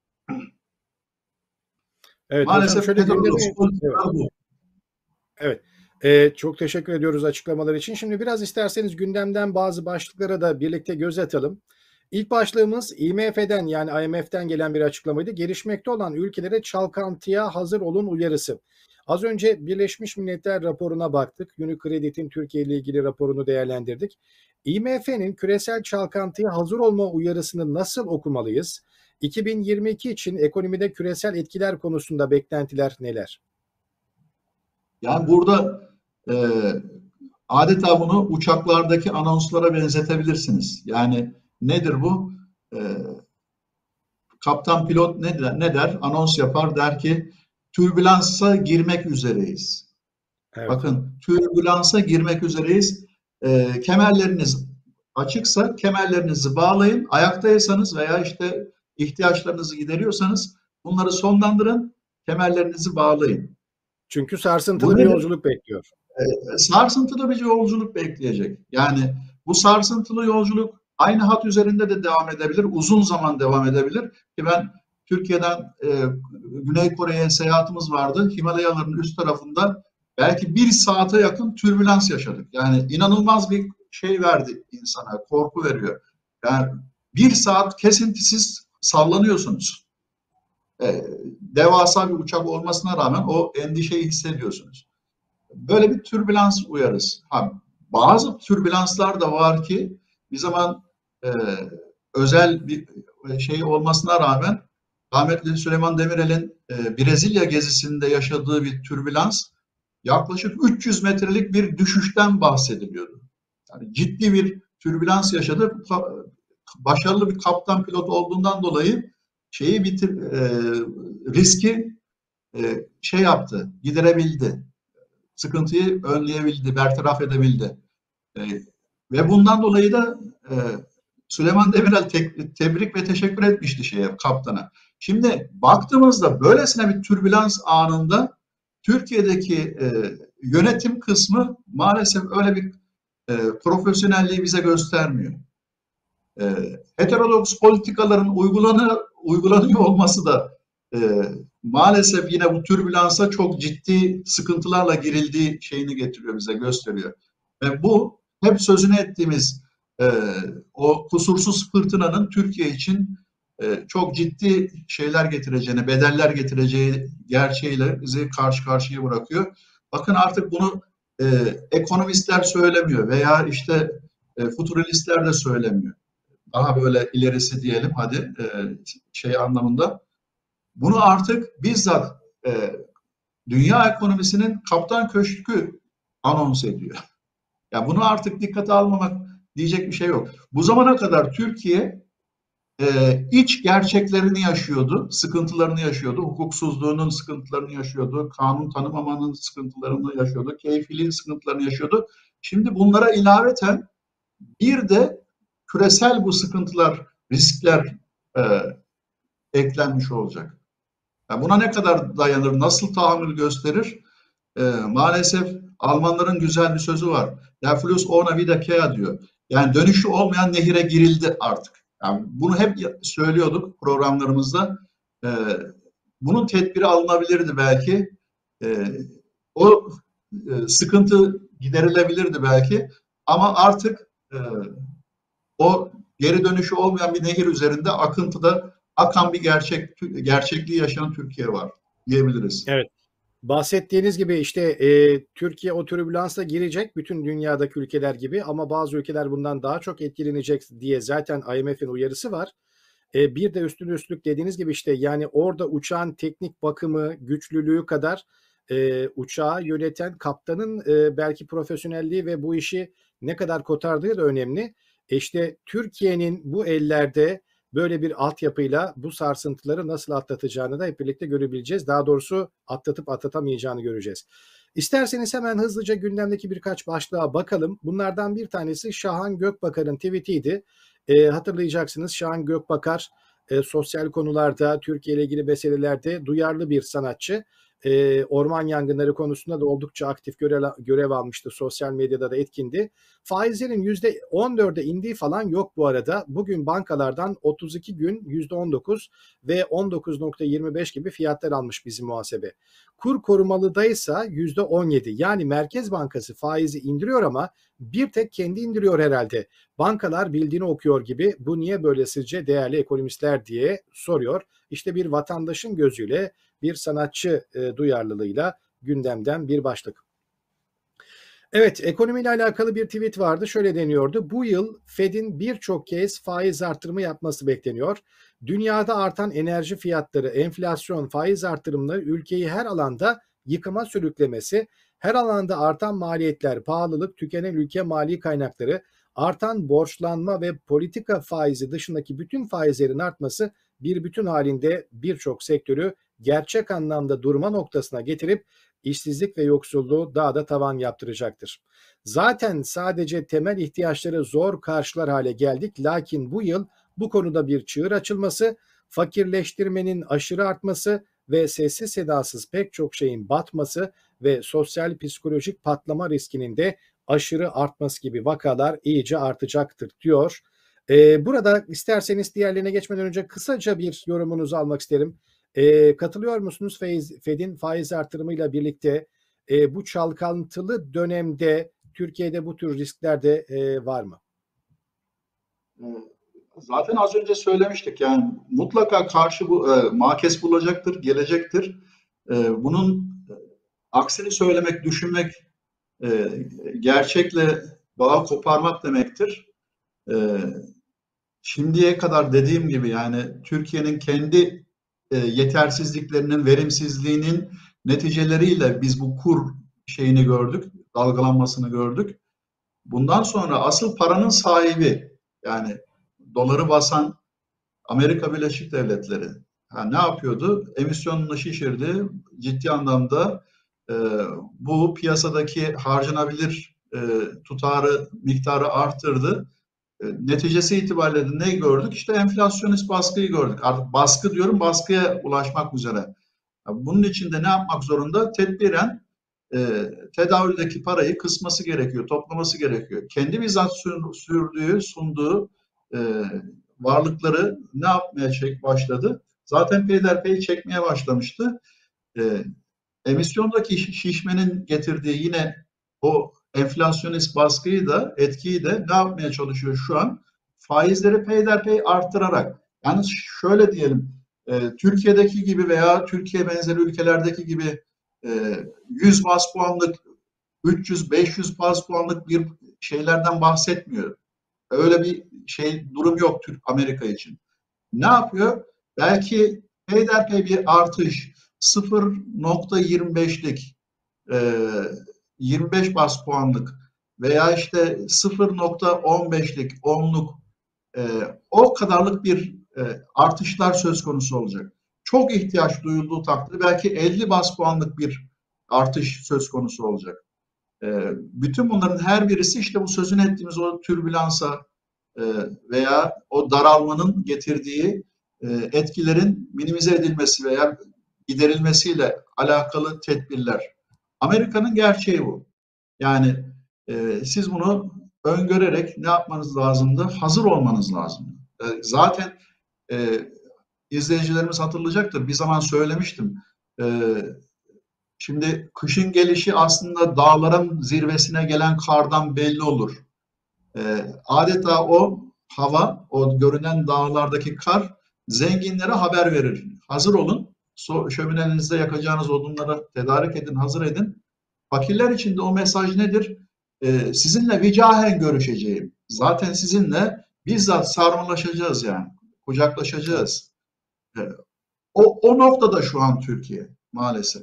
Evet, maalesef hocam, şöyle evet. bu. Evet. Ee, çok teşekkür ediyoruz açıklamalar için. Şimdi biraz isterseniz gündemden bazı başlıklara da birlikte göz atalım. İlk başlığımız I M F'den yani I M F'den gelen bir açıklamaydı. Gelişmekte olan ülkelere çalkantıya hazır olun uyarısı. Az önce Birleşmiş Milletler raporuna baktık. Unicredit'in Türkiye ile ilgili raporunu değerlendirdik. I M F'nin küresel çalkantıya hazır olma uyarısını nasıl okumalıyız? iki bin yirmi iki için ekonomide küresel etkiler konusunda beklentiler neler? Yani burada e, adeta bunu uçaklardaki anonslara benzetebilirsiniz. Yani nedir bu? E, kaptan pilot ne der? Ne der? Anons yapar, der ki türbülansa girmek üzereyiz. Evet. Bakın, türbülansa girmek üzereyiz. E, kemerleriniz açıksa kemerlerinizi bağlayın. Ayaktaysanız veya işte ihtiyaçlarınızı gideriyorsanız bunları sonlandırın. Kemerlerinizi bağlayın. Çünkü sarsıntılı bu bir yolculuk bekliyor. E, sarsıntılı bir yolculuk bekleyecek. Yani bu sarsıntılı yolculuk aynı hat üzerinde de devam edebilir. Uzun zaman devam edebilir. Ki ben Türkiye'den e, Güney Kore'ye seyahatimiz vardı. Himalayaların üst tarafında belki bir saate yakın türbülans yaşadık. Yani inanılmaz bir şey verdi insana, korku veriyor. Yani bir saat kesintisiz sallanıyorsunuz. E, devasa bir uçak olmasına rağmen o endişeyi hissediyorsunuz. Böyle bir türbülans uyarız. Ha, bazı türbülanslar da var ki bir zaman e, özel bir şey olmasına rağmen rahmetli Süleyman Demirel'in e, Brezilya gezisinde yaşadığı bir türbülans yaklaşık üç yüz metrelik bir düşüşten bahsediliyordu. Yani ciddi bir türbülans yaşadı. Başarılı bir kaptan pilot olduğundan dolayı şeyi bitir e, riski e, şey yaptı, giderebildi. Sıkıntıyı önleyebildi, bertaraf edebildi. E, ve bundan dolayı da e, Süleyman Demirel te- tebrik ve teşekkür etmişti şeye, kaptana. Şimdi baktığımızda böylesine bir türbülans anında Türkiye'deki e, yönetim kısmı maalesef öyle bir e, profesyonelliği bize göstermiyor. E, heterodoks politikaların uygulanı, uygulanıyor olması da e, maalesef yine bu türbülansa çok ciddi sıkıntılarla girildiği şeyini getiriyor, bize gösteriyor. Ve bu hep sözünü ettiğimiz e, o kusursuz fırtınanın Türkiye için e, çok ciddi şeyler getireceğini, bedeller getireceği gerçeğiyle bizi karşı karşıya bırakıyor. Bakın artık bunu e, ekonomistler söylemiyor veya işte e, futuralistler de söylemiyor. Daha böyle ilerisi diyelim hadi e, şey anlamında. Bunu artık bizzat e, dünya ekonomisinin kaptan köşkü anons ediyor. Ya bunu artık dikkate almamak diyecek bir şey yok. Bu zamana kadar Türkiye e, iç gerçeklerini yaşıyordu, sıkıntılarını yaşıyordu, hukuksuzluğunun sıkıntılarını yaşıyordu, kanun tanımamanın sıkıntılarını yaşıyordu, keyfiliğin sıkıntılarını yaşıyordu. Şimdi bunlara ilaveten bir de küresel bu sıkıntılar, riskler e, eklenmiş olacak. Yani buna ne kadar dayanır, nasıl tahammül gösterir? E, maalesef Almanların güzel bir sözü var. Der Fluss ohne Wiederkehr diyor. Yani dönüşü olmayan nehire girildi artık. Yani bunu hep söylüyorduk programlarımızda. E, bunun tedbiri alınabilirdi belki. E, o e, sıkıntı giderilebilirdi belki. Ama artık e, o geri dönüşü olmayan bir nehir üzerinde akıntıda akan bir gerçek gerçekliği yaşayan Türkiye var diyebiliriz. Evet. Bahsettiğiniz gibi işte e, Türkiye o türbülansa girecek bütün dünyadaki ülkeler gibi ama bazı ülkeler bundan daha çok etkilenecek diye zaten I M F'in uyarısı var. E, bir de üstüne üstlük dediğiniz gibi işte yani orada uçağın teknik bakımı, güçlülüğü kadar e, uçağı yöneten kaptanın e, belki profesyonelliği ve bu işi ne kadar kotardığı da önemli. E işte Türkiye'nin bu ellerde böyle bir altyapıyla bu sarsıntıları nasıl atlatacağını da hep birlikte görebileceğiz. Daha doğrusu atlatıp atlatamayacağını göreceğiz. İsterseniz hemen hızlıca gündemdeki birkaç başlığa bakalım. Bunlardan bir tanesi Şahan Gökbakar'ın tweetiydi. E, hatırlayacaksınız Şahan Gökbakar e, sosyal konularda, Türkiye ile ilgili meselelerde duyarlı bir sanatçı. E, orman yangınları konusunda da oldukça aktif görev, görev almıştı. Sosyal medyada da etkindi. Faizlerin yüzde on dörde indiği falan yok bu arada. Bugün bankalardan otuz iki gün yüzde on dokuz ve on dokuz nokta yirmi beş gibi fiyatlar almış bizim muhasebe. Kur korumalıdaysa yüzde on yedi. Yani Merkez Bankası faizi indiriyor ama bir tek kendi indiriyor herhalde. Bankalar bildiğini okuyor gibi. Bu niye böyle sizce değerli ekonomistler diye soruyor. İşte bir vatandaşın gözüyle bir sanatçı e, duyarlılığıyla gündemden bir başlık. Evet, ekonomiyle alakalı bir tweet vardı. Şöyle deniyordu. Bu yıl Fed'in birçok kez faiz artırımı yapması bekleniyor. Dünyada artan enerji fiyatları, enflasyon, faiz artırımları ülkeyi her alanda yıkıma sürüklemesi, her alanda artan maliyetler, pahalılık, tükenen ülke mali kaynakları, artan borçlanma ve politika faizi dışındaki bütün faizlerin artması bir bütün halinde birçok sektörü gerçek anlamda durma noktasına getirip işsizlik ve yoksulluğu daha da tavan yaptıracaktır. Zaten sadece temel ihtiyaçları zor karşılar hale geldik. Lakin bu yıl bu konuda bir çığır açılması, fakirleştirmenin aşırı artması ve sessiz sedasız pek çok şeyin batması ve sosyal psikolojik patlama riskinin de aşırı artması gibi vakalar iyice artacaktır diyor. E, burada isterseniz diğerlerine geçmeden önce kısaca bir yorumunuzu almak isterim. E, katılıyor musunuz Faiz, Fed'in faiz artırımıyla birlikte e, bu çalkantılı dönemde Türkiye'de bu tür riskler de e, var mı? Zaten az önce söylemiştik, yani mutlaka karşı bu e, makes bulacaktır, gelecektir. E, bunun aksini söylemek, düşünmek e, gerçekle bağı koparmak demektir. E, Şimdiye kadar dediğim gibi, yani Türkiye'nin kendi e, yetersizliklerinin, verimsizliğinin neticeleriyle biz bu kur şeyini gördük, dalgalanmasını gördük. Bundan sonra asıl paranın sahibi, yani doları basan Amerika Birleşik Devletleri. Ha, ne yapıyordu? Emisyonunu şişirdi. Ciddi anlamda e, bu piyasadaki harcanabilir e, tutarı, miktarı arttırdı. E, neticesi itibariyle de ne gördük? İşte enflasyonist baskıyı gördük. Artık baskı diyorum, baskıya ulaşmak üzere. Bunun için de ne yapmak zorunda? Tedbiren e, tedavüldeki parayı kısması gerekiyor, toplaması gerekiyor. Kendi bizzat sürdüğü, sunduğu e, varlıkları ne yapmaya çek başladı? Zaten peyderpey çekmeye başlamıştı. E, Emisyondaki şişmenin getirdiği yine o enflasyonist baskıyı da, etkiyi de ne yapmaya çalışıyor şu an? Faizleri peyderpey arttırarak. Yani şöyle diyelim, e, Türkiye'deki gibi veya Türkiye benzeri ülkelerdeki gibi e, yüz baz puanlık, üç yüz beş yüz baz puanlık bir şeylerden bahsetmiyor. Öyle bir şey durum yok Türk Amerika için. Ne yapıyor? Belki peyderpey bir artış, sıfır nokta yirmi beşlik, e, yirmi beş baz puanlık veya işte sıfır nokta on beşlik, onluk, e, o kadarlık bir e, artışlar söz konusu olacak. Çok ihtiyaç duyulduğu takdirde belki elli baz puanlık bir artış söz konusu olacak. E, bütün bunların her birisi işte bu sözünü ettiğimiz o türbülansa e, veya o daralmanın getirdiği e, etkilerin minimize edilmesi veya giderilmesiyle alakalı tedbirler. Amerika'nın gerçeği bu. Yani e, siz bunu öngörerek ne yapmanız lazımdı? Hazır olmanız lazımdı. E, zaten e, izleyicilerimiz hatırlayacaktır. Bir zaman söylemiştim. E, şimdi kışın gelişi aslında dağların zirvesine gelen kardan belli olur. E, adeta o hava, o görünen dağlardaki kar zenginlere haber verir. Hazır olun. So, şöminenizde yakacağınız odunları tedarik edin, hazır edin. Fakirler için de o mesaj nedir? Ee, sizinle vicahen görüşeceğim. Zaten sizinle bizzat sarmalaşacağız yani. Kucaklaşacağız. Ee, o, o noktada şu an Türkiye maalesef.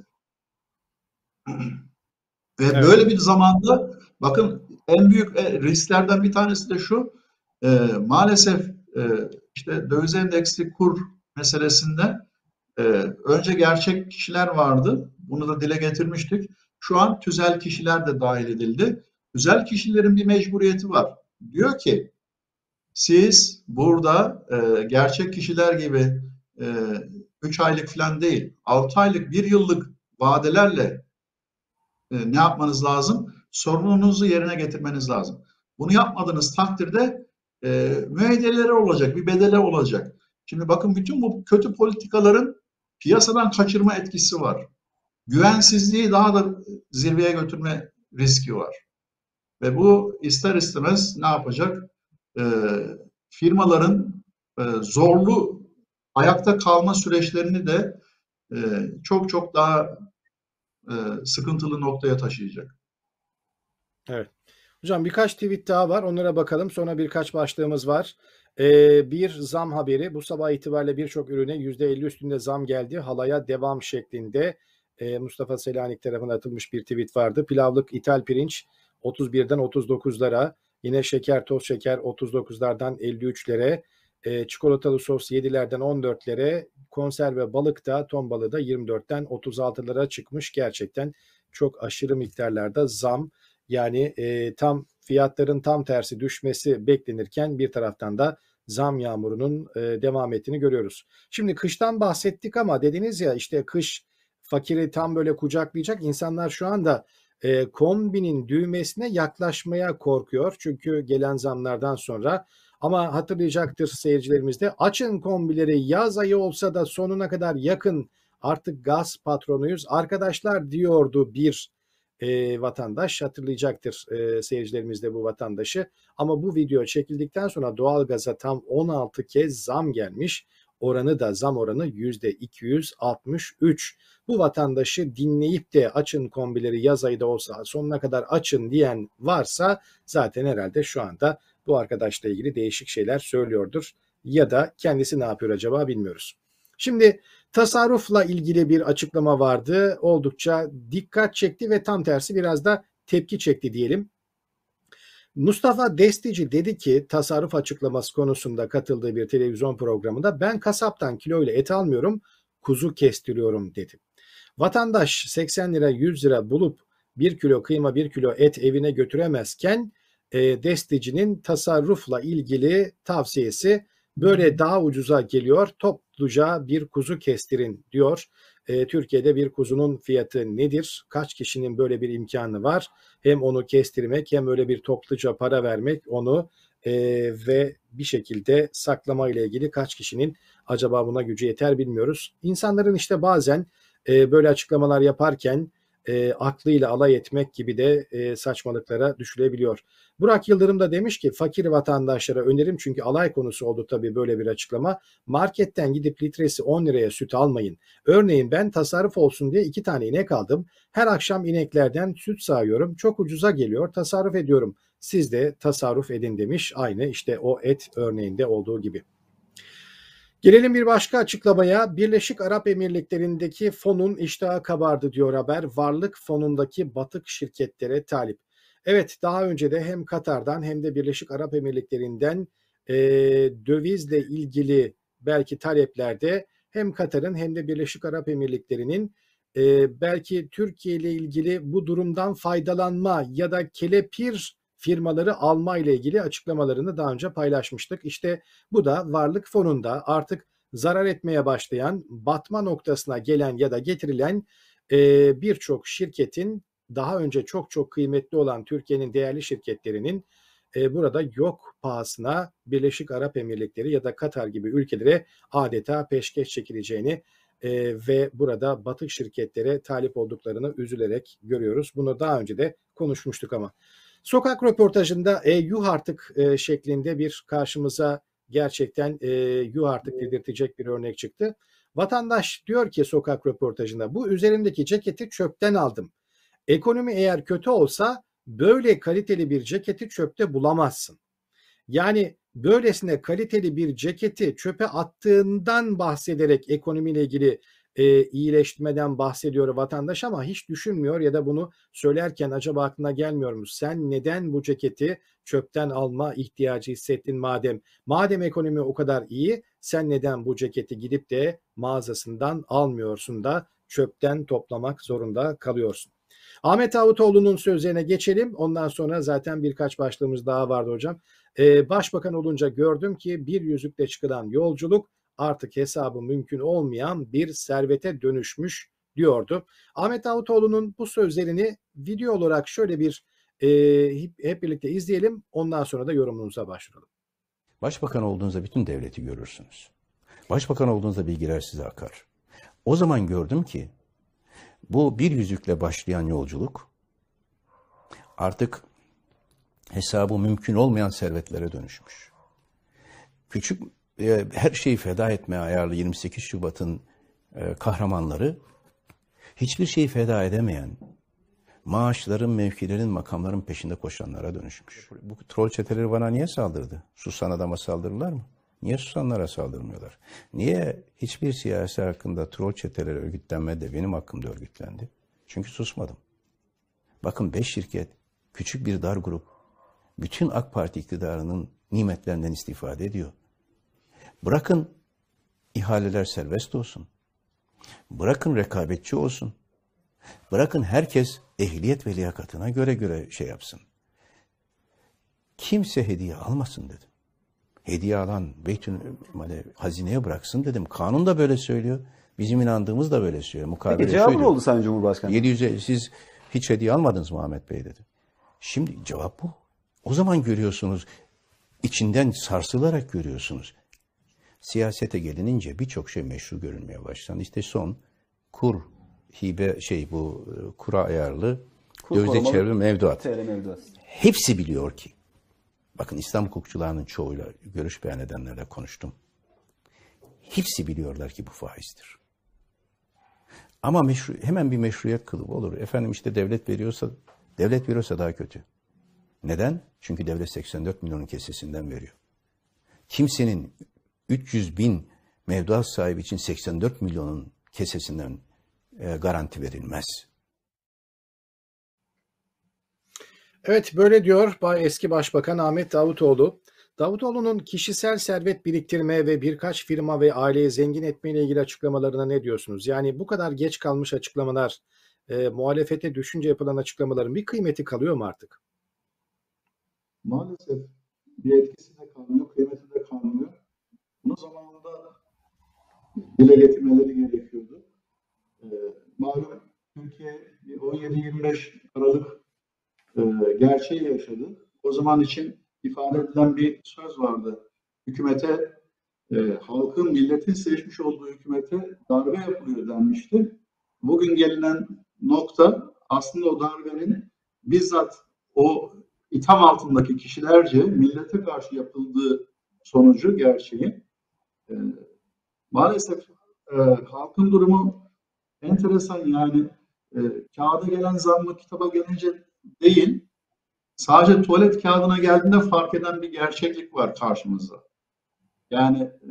Ve Evet. böyle bir zamanda bakın, en büyük risklerden bir tanesi de şu. E, maalesef e, işte döviz endeksli kur meselesinde e, önce gerçek kişiler vardı. Bunu da dile getirmiştik. Şu an tüzel kişiler de dahil edildi. Tüzel kişilerin bir mecburiyeti var. Diyor ki siz burada e, gerçek kişiler gibi e, üç aylık falan değil, altı aylık, bir yıllık vadelerle e, ne yapmanız lazım? Sorununuzu yerine getirmeniz lazım. Bunu yapmadığınız takdirde e, müeyyideleri olacak, bir bedeli olacak. Şimdi bakın, bütün bu kötü politikaların piyasadan kaçırma etkisi var. Güvensizliği daha da zirveye götürme riski var. Ve bu ister istemez ne yapacak? E, firmaların e, zorlu ayakta kalma süreçlerini de e, çok çok daha e, sıkıntılı noktaya taşıyacak. Evet. Hocam birkaç tweet daha var. Onlara bakalım. Sonra birkaç başlığımız var. Ee, bir zam haberi. Bu sabah itibariyle birçok ürüne yüzde elli üstünde zam geldi. Halaya devam şeklinde ee, Mustafa Selanik tarafından atılmış bir tweet vardı. Pilavlık ithal pirinç otuz birden otuz dokuzlara. Yine şeker, toz şeker otuz dokuzlardan elli üçlere. Ee, çikolatalı sos yedilerden on dörtlere. Konserve balık da, ton balığı da yirmi dörtten otuz altılara çıkmış. Gerçekten çok aşırı miktarlarda zam. Yani e, tam fiyatların tam tersi düşmesi beklenirken bir taraftan da zam yağmurunun e, devam ettiğini görüyoruz. Şimdi kıştan bahsettik ama dediniz ya işte kış fakiri tam böyle kucaklayacak. İnsanlar şu anda e, kombinin düğmesine yaklaşmaya korkuyor. Çünkü gelen zamlardan sonra Ama hatırlayacaktır seyircilerimiz de, açın kombileri, yaz ayı olsa da sonuna kadar yakın, artık gaz patronuyuz arkadaşlar diyordu bir e, vatandaş. Hatırlayacaktır e, seyircilerimiz de bu vatandaşı. Ama bu video çekildikten sonra doğalgaza tam on altı kez zam gelmiş. Oranı da, zam oranı yüzde iki yüz altmış üç. Bu vatandaşı dinleyip de açın kombileri, yaz ayı da olsa sonuna kadar açın diyen varsa zaten herhalde şu anda bu arkadaşla ilgili değişik şeyler söylüyordur. Ya da kendisi ne yapıyor acaba bilmiyoruz. Şimdi tasarrufla ilgili bir açıklama vardı. Oldukça dikkat çekti ve tam tersi biraz da tepki çekti diyelim. Mustafa Destici dedi ki, tasarruf açıklaması konusunda katıldığı bir televizyon programında, ben kasaptan kiloyla et almıyorum, kuzu kestiriyorum dedi. Vatandaş seksen lira yüz lira bulup bir kilo kıyma, bir kilo et evine götüremezken e, Destici'nin tasarrufla ilgili tavsiyesi böyle daha ucuza geliyor. Topluca bir kuzu kestirin diyor. E, Türkiye'de bir kuzunun fiyatı nedir? Kaç kişinin böyle bir imkanı var? Hem onu kestirmek hem öyle bir topluca para vermek onu e, ve bir şekilde saklama ile ilgili kaç kişinin acaba buna gücü yeter bilmiyoruz. İnsanların işte bazen e, böyle açıklamalar yaparken e, aklıyla alay etmek gibi de e, saçmalıklara düşülebiliyor. Burak Yıldırım da demiş ki, fakir vatandaşlara önerim, çünkü alay konusu oldu tabii böyle bir açıklama. Marketten gidip litresi on liraya süt almayın. Örneğin ben tasarruf olsun diye iki tane inek aldım. Her akşam ineklerden süt sağıyorum. Çok ucuza geliyor, tasarruf ediyorum. Siz de tasarruf edin demiş. Aynı işte o et örneğinde olduğu gibi. Gelelim bir başka açıklamaya. Birleşik Arap Emirlikleri'ndeki fonun iştahı kabardı diyor haber. Varlık fonundaki batık şirketlere talip. Evet, daha önce de hem Katar'dan hem de Birleşik Arap Emirlikleri'nden e, dövizle ilgili belki taleplerde hem Katar'ın hem de Birleşik Arap Emirlikleri'nin e, belki Türkiye ile ilgili bu durumdan faydalanma ya da kelepir firmaları alma ile ilgili açıklamalarını daha önce paylaşmıştık. İşte bu da varlık fonunda artık zarar etmeye başlayan, batma noktasına gelen ya da getirilen e, birçok şirketin, daha önce çok çok kıymetli olan Türkiye'nin değerli şirketlerinin e, burada yok pahasına Birleşik Arap Emirlikleri ya da Katar gibi ülkelere adeta peşkeş çekileceğini e, ve burada batık şirketlere talip olduklarını üzülerek görüyoruz. Bunu daha önce de konuşmuştuk ama. Sokak röportajında e, yuh artık e, şeklinde bir karşımıza gerçekten e, yuh artık dedirtecek bir örnek çıktı. Vatandaş diyor ki sokak röportajında, bu üzerimdeki ceketi çöpten aldım. Ekonomi eğer kötü olsa böyle kaliteli bir ceketi çöpte bulamazsın. Yani böylesine kaliteli bir ceketi çöpe attığından bahsederek ekonomiyle ilgili e, iyileştirmeden bahsediyor vatandaş, ama hiç düşünmüyor ya da bunu söylerken acaba aklına gelmiyor mu? Sen neden bu ceketi çöpten alma ihtiyacı hissettin madem? Madem ekonomi o kadar iyi, sen neden bu ceketi gidip de mağazasından almıyorsun da çöpten toplamak zorunda kalıyorsun? Ahmet Davutoğlu'nun sözlerine geçelim. Ondan sonra zaten birkaç başlığımız daha vardı hocam. Ee, başbakan olunca gördüm ki bir yüzükle çıkılan yolculuk artık hesabı mümkün olmayan bir servete dönüşmüş diyordu. Ahmet Davutoğlu'nun bu sözlerini video olarak şöyle bir e, hep birlikte izleyelim. Ondan sonra da yorumumuza başlayalım. Başbakan olduğunuzda bütün devleti görürsünüz. Başbakan olduğunuzda bilgiler size akar. O zaman gördüm ki bu bir yüzükle başlayan yolculuk artık hesabı mümkün olmayan servetlere dönüşmüş. Küçük e, her şeyi feda etmeye ayarlı yirmi sekiz Şubat'ın e, kahramanları hiçbir şeyi feda edemeyen, maaşların, mevkilerin, makamların peşinde koşanlara dönüşmüş. Bu troll çeteleri bana niye saldırdı? Susan adama saldırırlar mı? Niye susanlara saldırmıyorlar? Niye hiçbir siyasi hakkında troll çeteleri örgütlenmedi de benim hakkımda örgütlendi? Çünkü susmadım. Bakın beş şirket, küçük bir dar grup, bütün AK Parti iktidarının nimetlerinden istifade ediyor. Bırakın ihaleler serbest olsun. Bırakın rekabetçi olsun. Bırakın herkes ehliyet ve liyakatına göre göre şey yapsın. Kimse hediye almasın dedim. Hediye alan Beytül Mal'e, hazineye bıraksın dedim. Kanun da böyle söylüyor. Bizim inandığımız da böyle söylüyor. Mukabele Peki cevap söylüyor. ne oldu Sayın Cumhurbaşkanı? yedi yüze siz hiç hediye almadınız mı Ahmet Bey dedi. Şimdi cevap bu. O zaman görüyorsunuz içinden sarsılarak görüyorsunuz. Siyasete gelinince birçok şey meşru görünmeye başlandı. İşte son kur, hibe, şey bu kura ayarlı Kur dövizde korumalı çevre mevduat. T L mevduat. Hepsi biliyor ki, bakın İslam hukukçularının çoğuyla, görüş beyan edenlerle konuştum. Hepsi biliyorlar ki bu faizdir. Ama meşru, hemen bir meşruiyet kılıbı olur. Efendim işte devlet veriyorsa, devlet veriyorsa daha kötü. Neden? Çünkü devlet seksen dört milyonun kesesinden veriyor. Kimsenin üç yüz bin mevduat sahibi için seksen dört milyonun kesesinden e, garanti verilmez. Evet, böyle diyor eski Başbakan Ahmet Davutoğlu. Davutoğlu'nun kişisel servet biriktirme ve birkaç firma ve aileyi zengin etme ile ilgili açıklamalarına ne diyorsunuz? Yani bu kadar geç kalmış açıklamalar, e, muhalefete düşünce yapılan açıklamaların bir kıymeti kalıyor mu artık? Maalesef bir etkisi de kalmıyor, kıymeti de kalmıyor. Bunu zamanında dile getirmeleri gerekiyordu. Ee, malum Türkiye on yedi yirmi beş Aralık e, gerçeği yaşadı. O zaman için ifade edilen bir söz vardı. Hükümete, e, halkın, milletin seçmiş olduğu hükümete darbe yapılıyor denmişti. Bugün gelinen nokta aslında o darbenin bizzat o itham altındaki kişilerce millete karşı yapıldığı sonucu, gerçeği. E, maalesef e, halkın durumu enteresan, yani e, kağıda gelen zammı kitaba gelince değil, sadece tuvalet kağıdına geldiğinde fark eden bir gerçeklik var karşımızda. Yani e,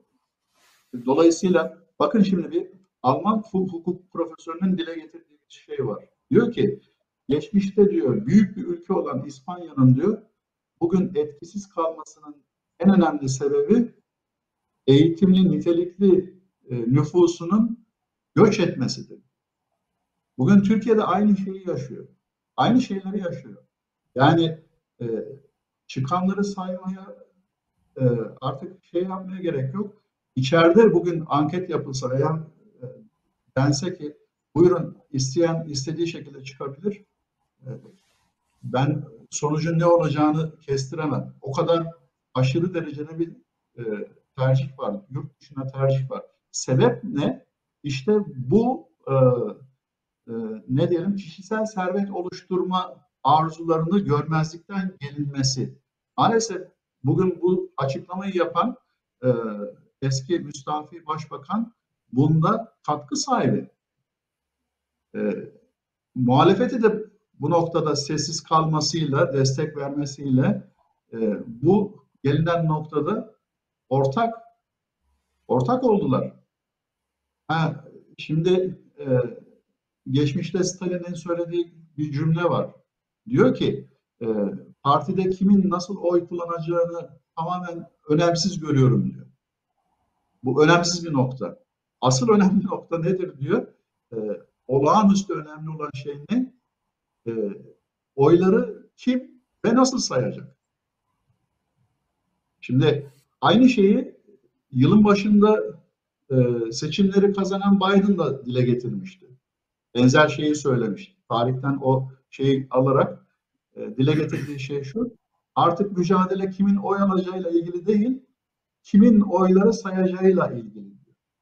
dolayısıyla bakın şimdi bir Alman hukuk profesörünün dile getirdiği bir şey var. Diyor ki geçmişte diyor büyük bir ülke olan İspanya'nın diyor bugün etkisiz kalmasının en önemli sebebi eğitimli, nitelikli e, nüfusunun göç etmesidir. Bugün Türkiye'de aynı şeyi yaşıyor. Aynı şeyleri yaşıyor. Yani e, çıkanları saymaya e, artık şey yapmaya gerek yok. İçeride bugün anket yapılsa veya e, dense ki buyurun isteyen istediği şekilde çıkabilir. E, ben sonucun ne olacağını kestiremem. O kadar aşırı derecede bir e, tercih var. Yurt dışına tercih var. Sebep ne? İşte bu e, e, ne diyelim kişisel servet oluşturma arzularını görmezlikten gelinmesi. Maalesef bugün bu açıklamayı yapan e, eski müstafi başbakan bunda katkı sahibi. E, muhalefeti de bu noktada sessiz kalmasıyla, destek vermesiyle e, bu gelinen noktada ortak ortak oldular. Ha, şimdi e, geçmişte Stalin'in söylediği bir cümle var. Diyor ki e, partide kimin nasıl oy kullanacağını tamamen önemsiz görüyorum diyor. Bu önemsiz bir nokta. Asıl önemli nokta nedir diyor. E, olağanüstü önemli olan şey ne? E, oyları kim ve nasıl sayacak? Şimdi aynı şeyi yılın başında e, seçimleri kazanan Biden da dile getirmişti. Benzer şeyi söylemiş. Tarihten o şeyi alarak e, dile getirdiği şey şu. Artık mücadele kimin oy alacağıyla ilgili değil, kimin oyları sayacağıyla ilgili.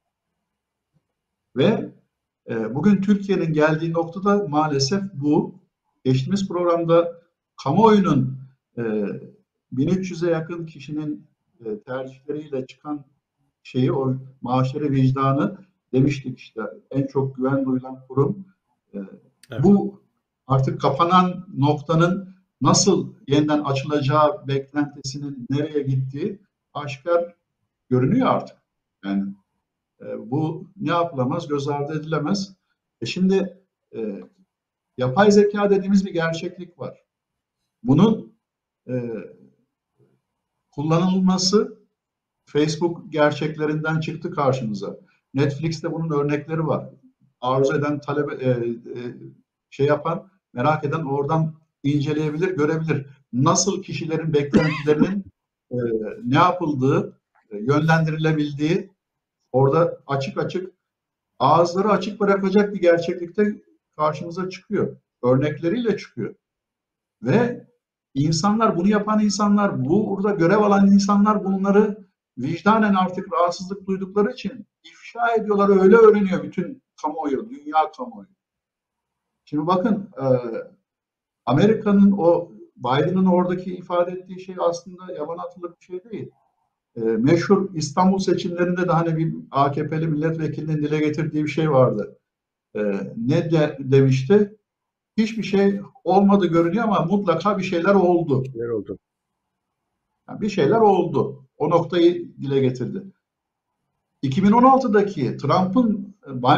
Ve e, bugün Türkiye'nin geldiği noktada maalesef bu. Geçtiğimiz programda kamuoyunun e, bin üç yüze yakın kişinin e, tercihleriyle çıkan şeyi, o maaşları vicdanı demiştik işte en çok güven duyulan kurum. E, evet. Bu artık kapanan noktanın nasıl yeniden açılacağı beklentisinin nereye gittiği aşikar görünüyor artık. Yani e, bu ne yapılamaz, göz ardı edilemez. E şimdi e, yapay zeka dediğimiz bir gerçeklik var. Bunun e, kullanılması Facebook gerçeklerinden çıktı karşımıza. Netflix'te bunun örnekleri var. Arzu eden, talebe, e, e, şey yapan, merak eden oradan inceleyebilir, görebilir. Nasıl kişilerin beklentilerinin e, ne yapıldığı, e, yönlendirilebildiği orada açık açık ağızları açık bırakacak bir gerçeklikte karşımıza çıkıyor. Örnekleriyle çıkıyor. Ve insanlar, bunu yapan insanlar, burada görev alan insanlar bunları vicdanen artık rahatsızlık duydukları için ifşa ediyorlar, öyle öğreniyor bütün kamuoyu, dünya kamuoyu. Şimdi bakın, e, Amerika'nın o Biden'ın oradaki ifade ettiği şey aslında yaban atılık bir şey değil. E, meşhur İstanbul seçimlerinde de hani bir A K P'li milletvekilinin dile getirdiği bir şey vardı. E, ne de, demişti? Hiçbir şey olmadı görünüyor ama mutlaka bir şeyler oldu. Bir şeyler oldu. Yani bir şeyler oldu. O noktayı dile getirdi. iki bin on altıdaki Trump'ın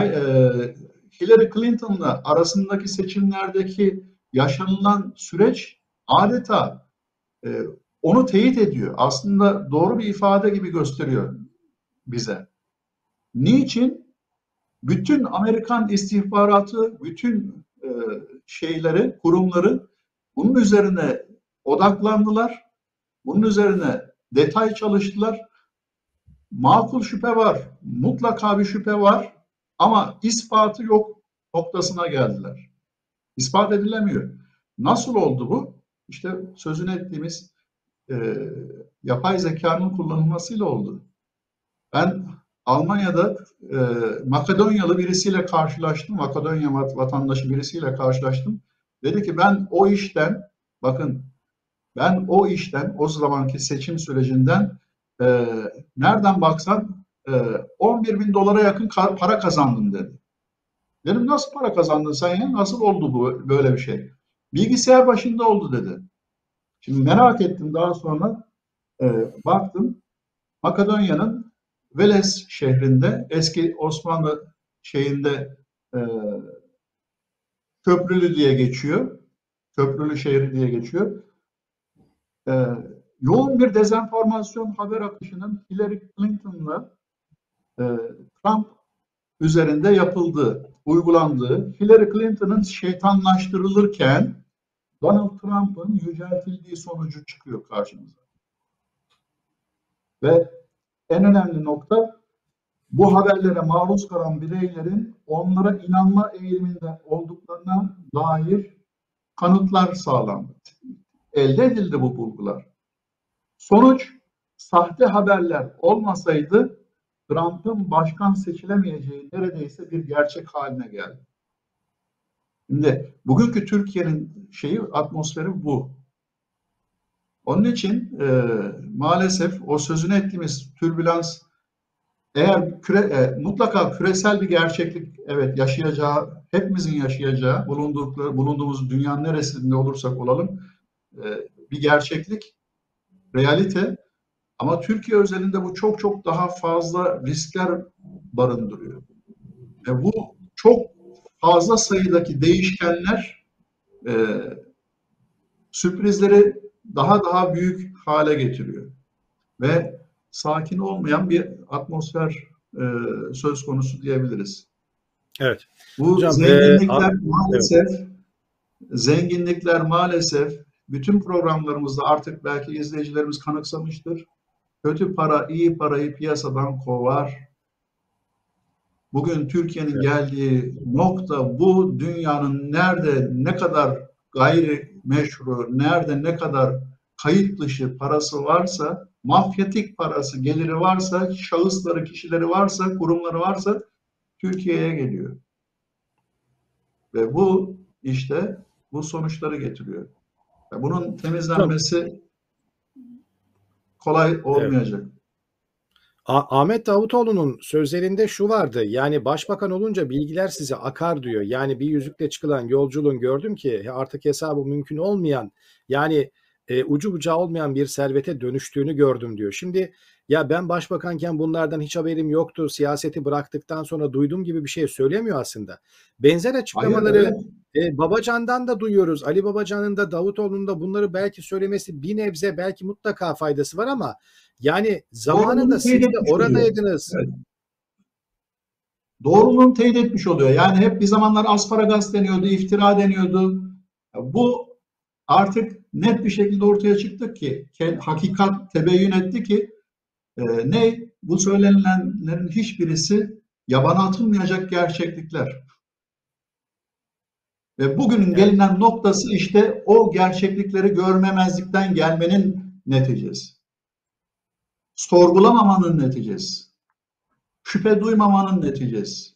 Hillary Clinton'la arasındaki seçimlerdeki yaşanılan süreç adeta e, onu teyit ediyor. Aslında doğru bir ifade gibi gösteriyor bize. Niçin? Bütün Amerikan istihbaratı, bütün e, şeyleri, kurumları bunun üzerine odaklandılar. Bunun üzerine detay çalıştılar. Makul şüphe var, mutlaka bir şüphe var ama ispatı yok noktasına geldiler. İspat edilemiyor. Nasıl oldu bu? İşte sözünü ettiğimiz e, yapay zekanın kullanılmasıyla oldu. Ben Almanya'da e, Makedonyalı birisiyle karşılaştım. Makedonya vatandaşı birisiyle karşılaştım. Dedi ki ben o işten, bakın ben o işten, o zamanki seçim sürecinden e, nereden baksan e, on bir bin dolara yakın para kazandım dedi. Dedim nasıl para kazandın sen ya? Nasıl oldu bu böyle bir şey? Bilgisayar başında oldu dedi. Şimdi merak ettim daha sonra e, baktım Makedonya'nın Veles şehrinde, eski Osmanlı şeyinde e, Köprülü diye geçiyor. Köprülü şehri diye geçiyor. E, yoğun bir dezenformasyon haber akışının Hillary Clinton'la e, Trump üzerinde yapıldığı, uygulandığı, Hillary Clinton'ın şeytanlaştırılırken Donald Trump'ın yüceltildiği sonucu çıkıyor karşımıza. Ve en önemli nokta, bu haberlere maruz kalan bireylerin onlara inanma eğiliminde olduklarına dair kanıtlar sağlandı. Elde edildi bu bulgular. Sonuç, sahte haberler olmasaydı Trump'ın başkan seçilemeyeceği neredeyse bir gerçek haline geldi. Şimdi bugünkü Türkiye'nin şeyi, atmosferi bu. Onun için e, maalesef o sözünü ettiğimiz türbülans, eğer küre, e, mutlaka küresel bir gerçeklik, evet yaşayacağı, hepimizin yaşayacağı, bulundukları, bulunduğumuz dünyanın neresinde olursak olalım e, bir gerçeklik, realite. Ama Türkiye özelinde bu çok çok daha fazla riskler barındırıyor. E, bu çok fazla sayıdaki değişkenler e, sürprizleri daha daha büyük hale getiriyor. Ve sakin olmayan bir atmosfer e, söz konusu diyebiliriz. Evet. Bu Hocam, zenginlikler e, maalesef evet. zenginlikler maalesef bütün programlarımızda artık belki izleyicilerimiz kanıksamıştır. Kötü para, iyi parayı piyasadan kovar. Bugün Türkiye'nin evet. geldiği nokta bu. Dünyanın nerede ne kadar gayri meşru, nerede ne kadar kayıt dışı parası varsa, mafyatik parası, geliri varsa, şahısları, kişileri varsa, kurumları varsa Türkiye'ye geliyor. Ve bu işte bu sonuçları getiriyor. Bunun temizlenmesi kolay olmayacak. Evet. Ahmet Davutoğlu'nun sözlerinde şu vardı, yani başbakan olunca bilgiler size akar diyor. Yani bir yüzükle çıkılan yolculuğun gördüm ki artık hesabı mümkün olmayan, yani e, ucu bucağı olmayan bir servete dönüştüğünü gördüm diyor. Şimdi ya ben başbakanken bunlardan hiç haberim yoktu, siyaseti bıraktıktan sonra duydum gibi bir şey söylemiyor aslında. Benzer açıklamaları e, Babacan'dan da duyuyoruz. Ali Babacan'ın da Davutoğlu'nun da bunları belki söylemesi bir nebze belki mutlaka faydası var ama yani zamanında siz de oradaydınız. Evet. Doğruluğunu teyit etmiş oluyor. Yani hep bir zamanlar asparagas deniyordu, iftira deniyordu. Bu artık net bir şekilde ortaya çıktı ki, hakikat tebeyyün etti ki e, ne? Bu söylenilenlerin hiçbirisi yabana atılmayacak gerçeklikler. Ve bugünün Evet. gelinen noktası işte o gerçeklikleri görmemezlikten gelmenin neticesi. Sorgulamamanın neticesi. Şüphe duymamanın neticesi.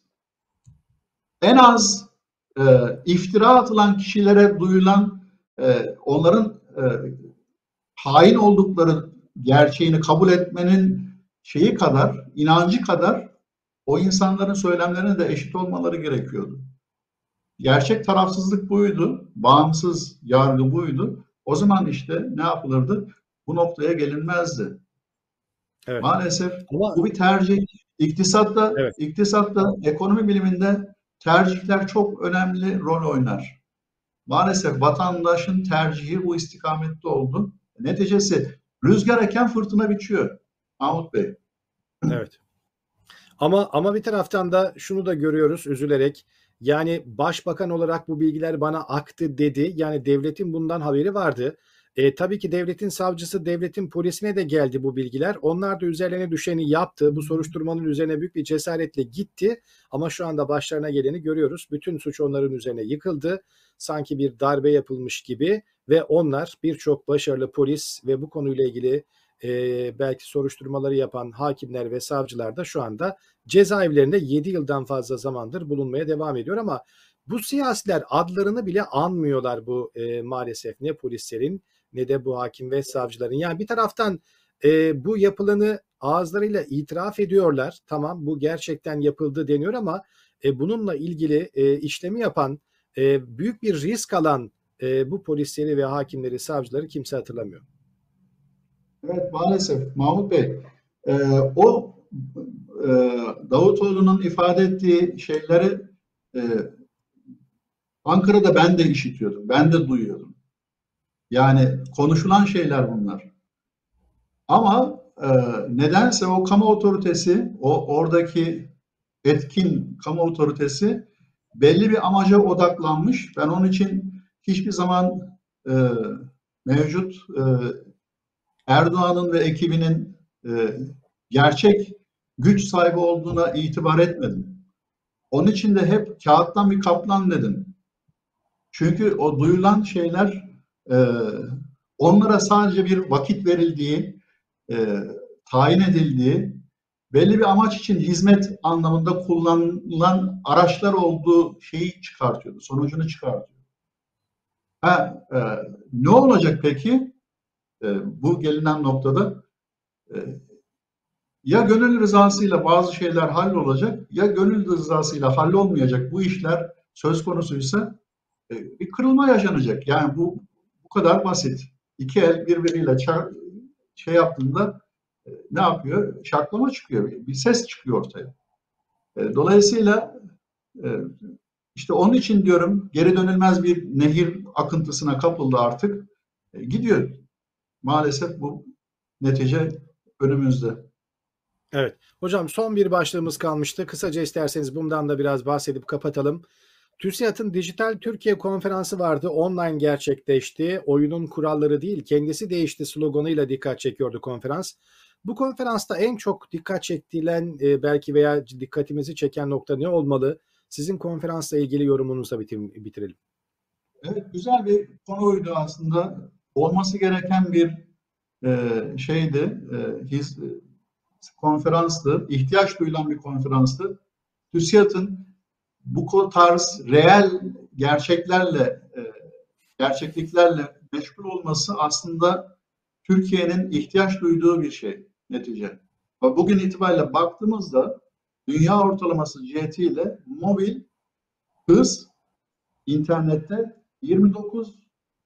En az e, iftira atılan kişilere duyulan e, onların e, hain oldukları gerçeğini kabul etmenin şeyi kadar, inancı kadar o insanların söylemlerine de eşit olmaları gerekiyordu. Gerçek tarafsızlık buydu, bağımsız yargı buydu. O zaman işte ne yapılırdı? Bu noktaya gelinmezdi. Evet. Maalesef Ama bu bir tercih. İktisatta, evet. iktisatta, ekonomi biliminde tercihler çok önemli rol oynar. Maalesef vatandaşın tercihi bu istikamette oldu. Neticesi rüzgar eken fırtına biçiyor. Mahmut Bey. Evet. Ama ama bir taraftan da şunu da görüyoruz üzülerek. Yani başbakan olarak bu bilgiler bana aktı dedi. Yani devletin bundan haberi vardı. E, tabii ki devletin savcısı, devletin polisine de geldi bu bilgiler. Onlar da üzerlerine düşeni yaptı. Bu soruşturmanın üzerine büyük bir cesaretle gitti. Ama şu anda başlarına geleni görüyoruz. Bütün suç onların üzerine yıkıldı. Sanki bir darbe yapılmış gibi ve onlar birçok başarılı polis ve bu konuyla ilgili e, belki soruşturmaları yapan hakimler ve savcılar da şu anda cezaevlerinde yedi yıldan fazla zamandır bulunmaya devam ediyor ama bu siyasiler adlarını bile anmıyorlar bu e, maalesef ne polislerin ne de bu hakim ve savcıların. Yani bir taraftan e, bu yapılanı ağızlarıyla itiraf ediyorlar. Tamam bu gerçekten yapıldı deniyor ama e, bununla ilgili e, işlemi yapan e, büyük bir risk alan e, bu polisleri ve hakimleri, savcıları kimse hatırlamıyor. Evet maalesef Mahmut Bey. Ee, o e, Davutoğlu'nun ifade ettiği şeyleri e, Ankara'da ben de işitiyordum. Ben de duyuyordum. Yani konuşulan şeyler bunlar. Ama e, nedense o kamu otoritesi, o oradaki etkin kamu otoritesi belli bir amaca odaklanmış. Ben onun için hiçbir zaman e, mevcut e, Erdoğan'ın ve ekibinin e, gerçek güç sahibi olduğuna itibar etmedim. Onun için de hep kağıttan bir kaplan dedim. Çünkü o duyulan şeyler e, onlara sadece bir vakit verildiği, e, tayin edildiği, belli bir amaç için hizmet anlamında kullanılan araçlar olduğu şeyi çıkartıyordu, sonucunu çıkartıyor. Ha, e, ne olacak peki e, bu gelinen noktada? E, ya gönül rızasıyla bazı şeyler hallolacak, ya gönül rızasıyla hallolmayacak bu işler söz konusuysa e, bir kırılma yaşanacak. Yani bu bu kadar basit. İki el birbiriyle şey yaptığında e, ne yapıyor? Şaklama çıkıyor. Bir ses çıkıyor ortaya. E, dolayısıyla e, işte onun için diyorum geri dönülmez bir nehir akıntısına kapıldı artık. E, gidiyor. Maalesef bu netice önümüzde. Evet. Hocam son bir başlığımız kalmıştı. Kısaca isterseniz bundan da biraz bahsedip kapatalım. TÜSİAD'ın Dijital Türkiye konferansı vardı. Online gerçekleşti. Oyunun kuralları değil, kendisi değişti sloganıyla dikkat çekiyordu konferans. Bu konferansta en çok dikkat çekilen belki veya dikkatimizi çeken nokta ne olmalı? Sizin konferansla ilgili yorumunuzla bitirelim. Evet, güzel bir konuydu aslında. Olması gereken bir e, şeydi, e, his, konferanstı, ihtiyaç duyulan bir konferanstı. TÜSİAD'ın bu tarz reel gerçeklerle, e, gerçekliklerle meşgul olması aslında Türkiye'nin ihtiyaç duyduğu bir şey netice. Bugün itibariyle baktığımızda dünya ortalaması cihetiyle mobil hız internette yirmi dokuz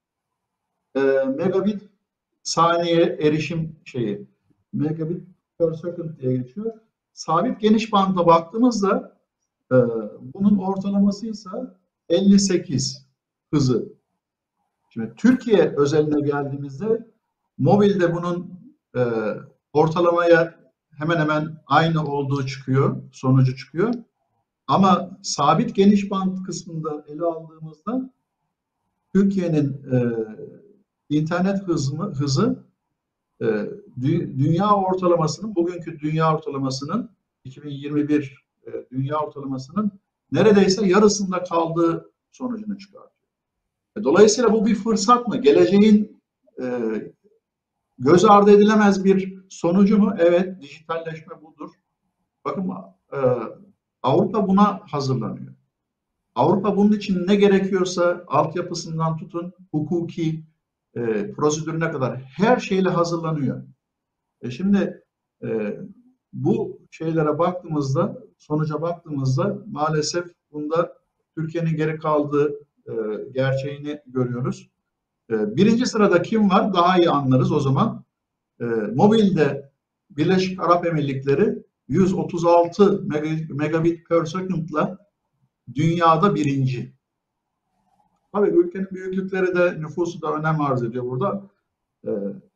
e, megabit saniye erişim şeyi, megabit per second diye geçiyor. Sabit geniş banda baktığımızda e, bunun ortalamasıysa elli sekiz hızı. Şimdi Türkiye özeline geldiğimizde mobilde bunun e, ortalamaya hemen hemen aynı olduğu çıkıyor, sonucu çıkıyor. Ama sabit geniş band kısmında ele aldığımızda Türkiye'nin e, internet hızı, hızı e, dü, dünya ortalamasının, bugünkü dünya ortalamasının iki bin yirmi bir e, dünya ortalamasının neredeyse yarısında kaldığı sonucunu çıkartıyor. Dolayısıyla bu bir fırsat mı? Geleceğin e, göz ardı edilemez bir sonucu mu? Evet, dijitalleşme budur. Bakın e, Avrupa buna hazırlanıyor. Avrupa bunun için ne gerekiyorsa altyapısından tutun, hukuki e, prosedürüne kadar her şeyle hazırlanıyor. E şimdi e, bu şeylere baktığımızda, sonuca baktığımızda maalesef bunda Türkiye'nin geri kaldığı e, gerçeğini görüyoruz. E, birinci sırada kim var? Daha iyi anlarız o zaman. E, mobilde Birleşik Arap Emirlikleri yüz otuz altı megabit per second'la dünyada birinci. Tabii ülkenin büyüklükleri de nüfusu da önem arz ediyor burada. E,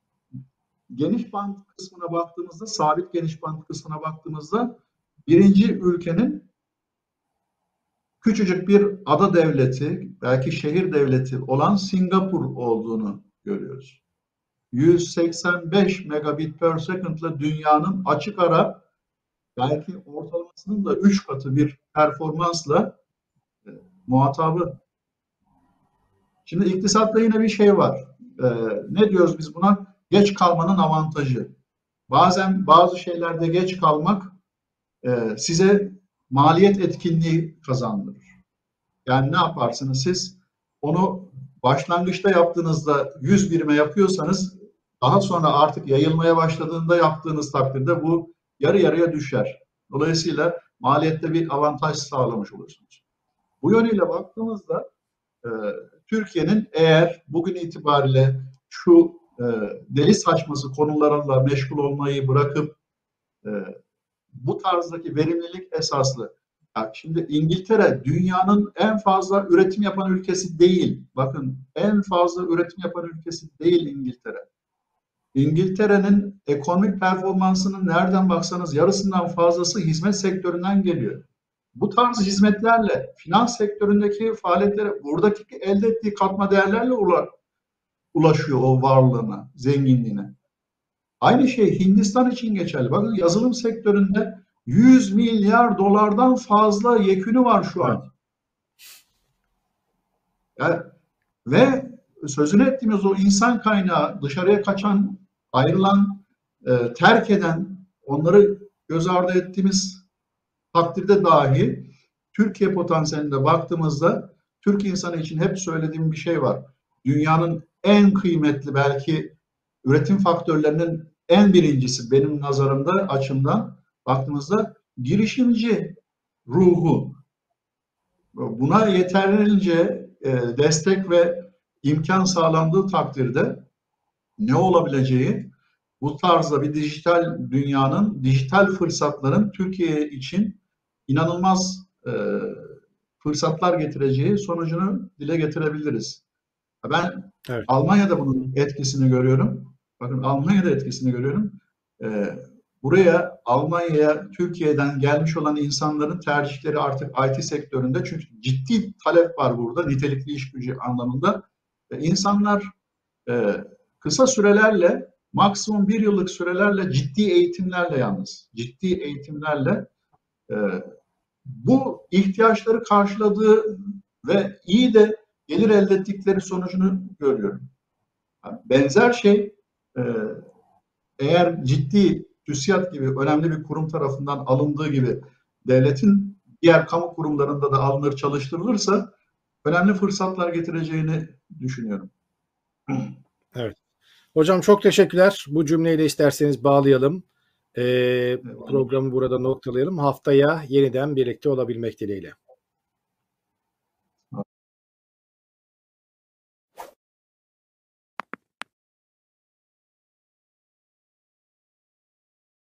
geniş band kısmına baktığımızda, sabit geniş band kısmına baktığımızda birinci ülkenin küçücük bir ada devleti, belki şehir devleti olan Singapur olduğunu görüyoruz. yüz seksen beş megabit per second ile dünyanın açık ara belki ortalamasının da üç katı bir performansla e, muhatabı. Şimdi iktisatta yine bir şey var. E, ne diyoruz biz buna? Geç kalmanın avantajı. Bazen bazı şeylerde geç kalmak e, size maliyet etkinliği kazandırır. Yani ne yaparsınız siz? Onu başlangıçta yaptığınızda yüz birime yapıyorsanız daha sonra artık yayılmaya başladığında yaptığınız takdirde bu yarı yarıya düşer. Dolayısıyla maliyette bir avantaj sağlamış olursunuz. Bu yönüyle baktığımızda e, Türkiye'nin eğer bugün itibariyle şu e, deli saçması konularla meşgul olmayı bırakıp e, bu tarzdaki verimlilik esaslı. Yani şimdi İngiltere dünyanın en fazla üretim yapan ülkesi değil. Bakın en fazla üretim yapan ülkesi değil İngiltere. İngiltere'nin ekonomik performansının nereden baksanız yarısından fazlası hizmet sektöründen geliyor. Bu tarz hizmetlerle finans sektöründeki faaliyetlere, buradaki elde ettiği katma değerlerle ulaşıyor o varlığına, zenginliğine. Aynı şey Hindistan için geçerli. Bakın yazılım sektöründe yüz milyar dolardan fazla yekünü var şu an. Yani, ve sözünü ettiğimiz o insan kaynağı, dışarıya kaçan, ayrılan, e, terk eden, onları göz ardı ettiğimiz takdirde dahi Türkiye potansiyeline baktığımızda Türk insanı için hep söylediğim bir şey var. Dünyanın en kıymetli belki üretim faktörlerinin en birincisi benim nazarımda, açımdan baktığımızda girişimci ruhu. Buna yeterince e, destek ve imkan sağlandığı takdirde ne olabileceği, bu tarzda bir dijital dünyanın, dijital fırsatların Türkiye için inanılmaz e, fırsatlar getireceği sonucunu dile getirebiliriz. Ben evet. Almanya'da bunun etkisini görüyorum. Bakın Almanya'da etkisini görüyorum. Ee, buraya, Almanya'ya, Türkiye'den gelmiş olan insanların tercihleri artık I T sektöründe. Çünkü ciddi talep var burada, nitelikli iş gücü anlamında. Ee, insanlar e, kısa sürelerle, maksimum bir yıllık sürelerle, ciddi eğitimlerle yalnız, ciddi eğitimlerle e, bu ihtiyaçları karşıladığı ve iyi de gelir elde ettikleri sonucunu görüyorum. Benzer şey eğer ciddi TÜSİAD gibi önemli bir kurum tarafından alındığı gibi devletin diğer kamu kurumlarında da alınır çalıştırılırsa önemli fırsatlar getireceğini düşünüyorum. Evet. Hocam çok teşekkürler. Bu cümleyle isterseniz bağlayalım. Ee, programı burada noktalayalım. Haftaya yeniden birlikte olabilmek dileğiyle.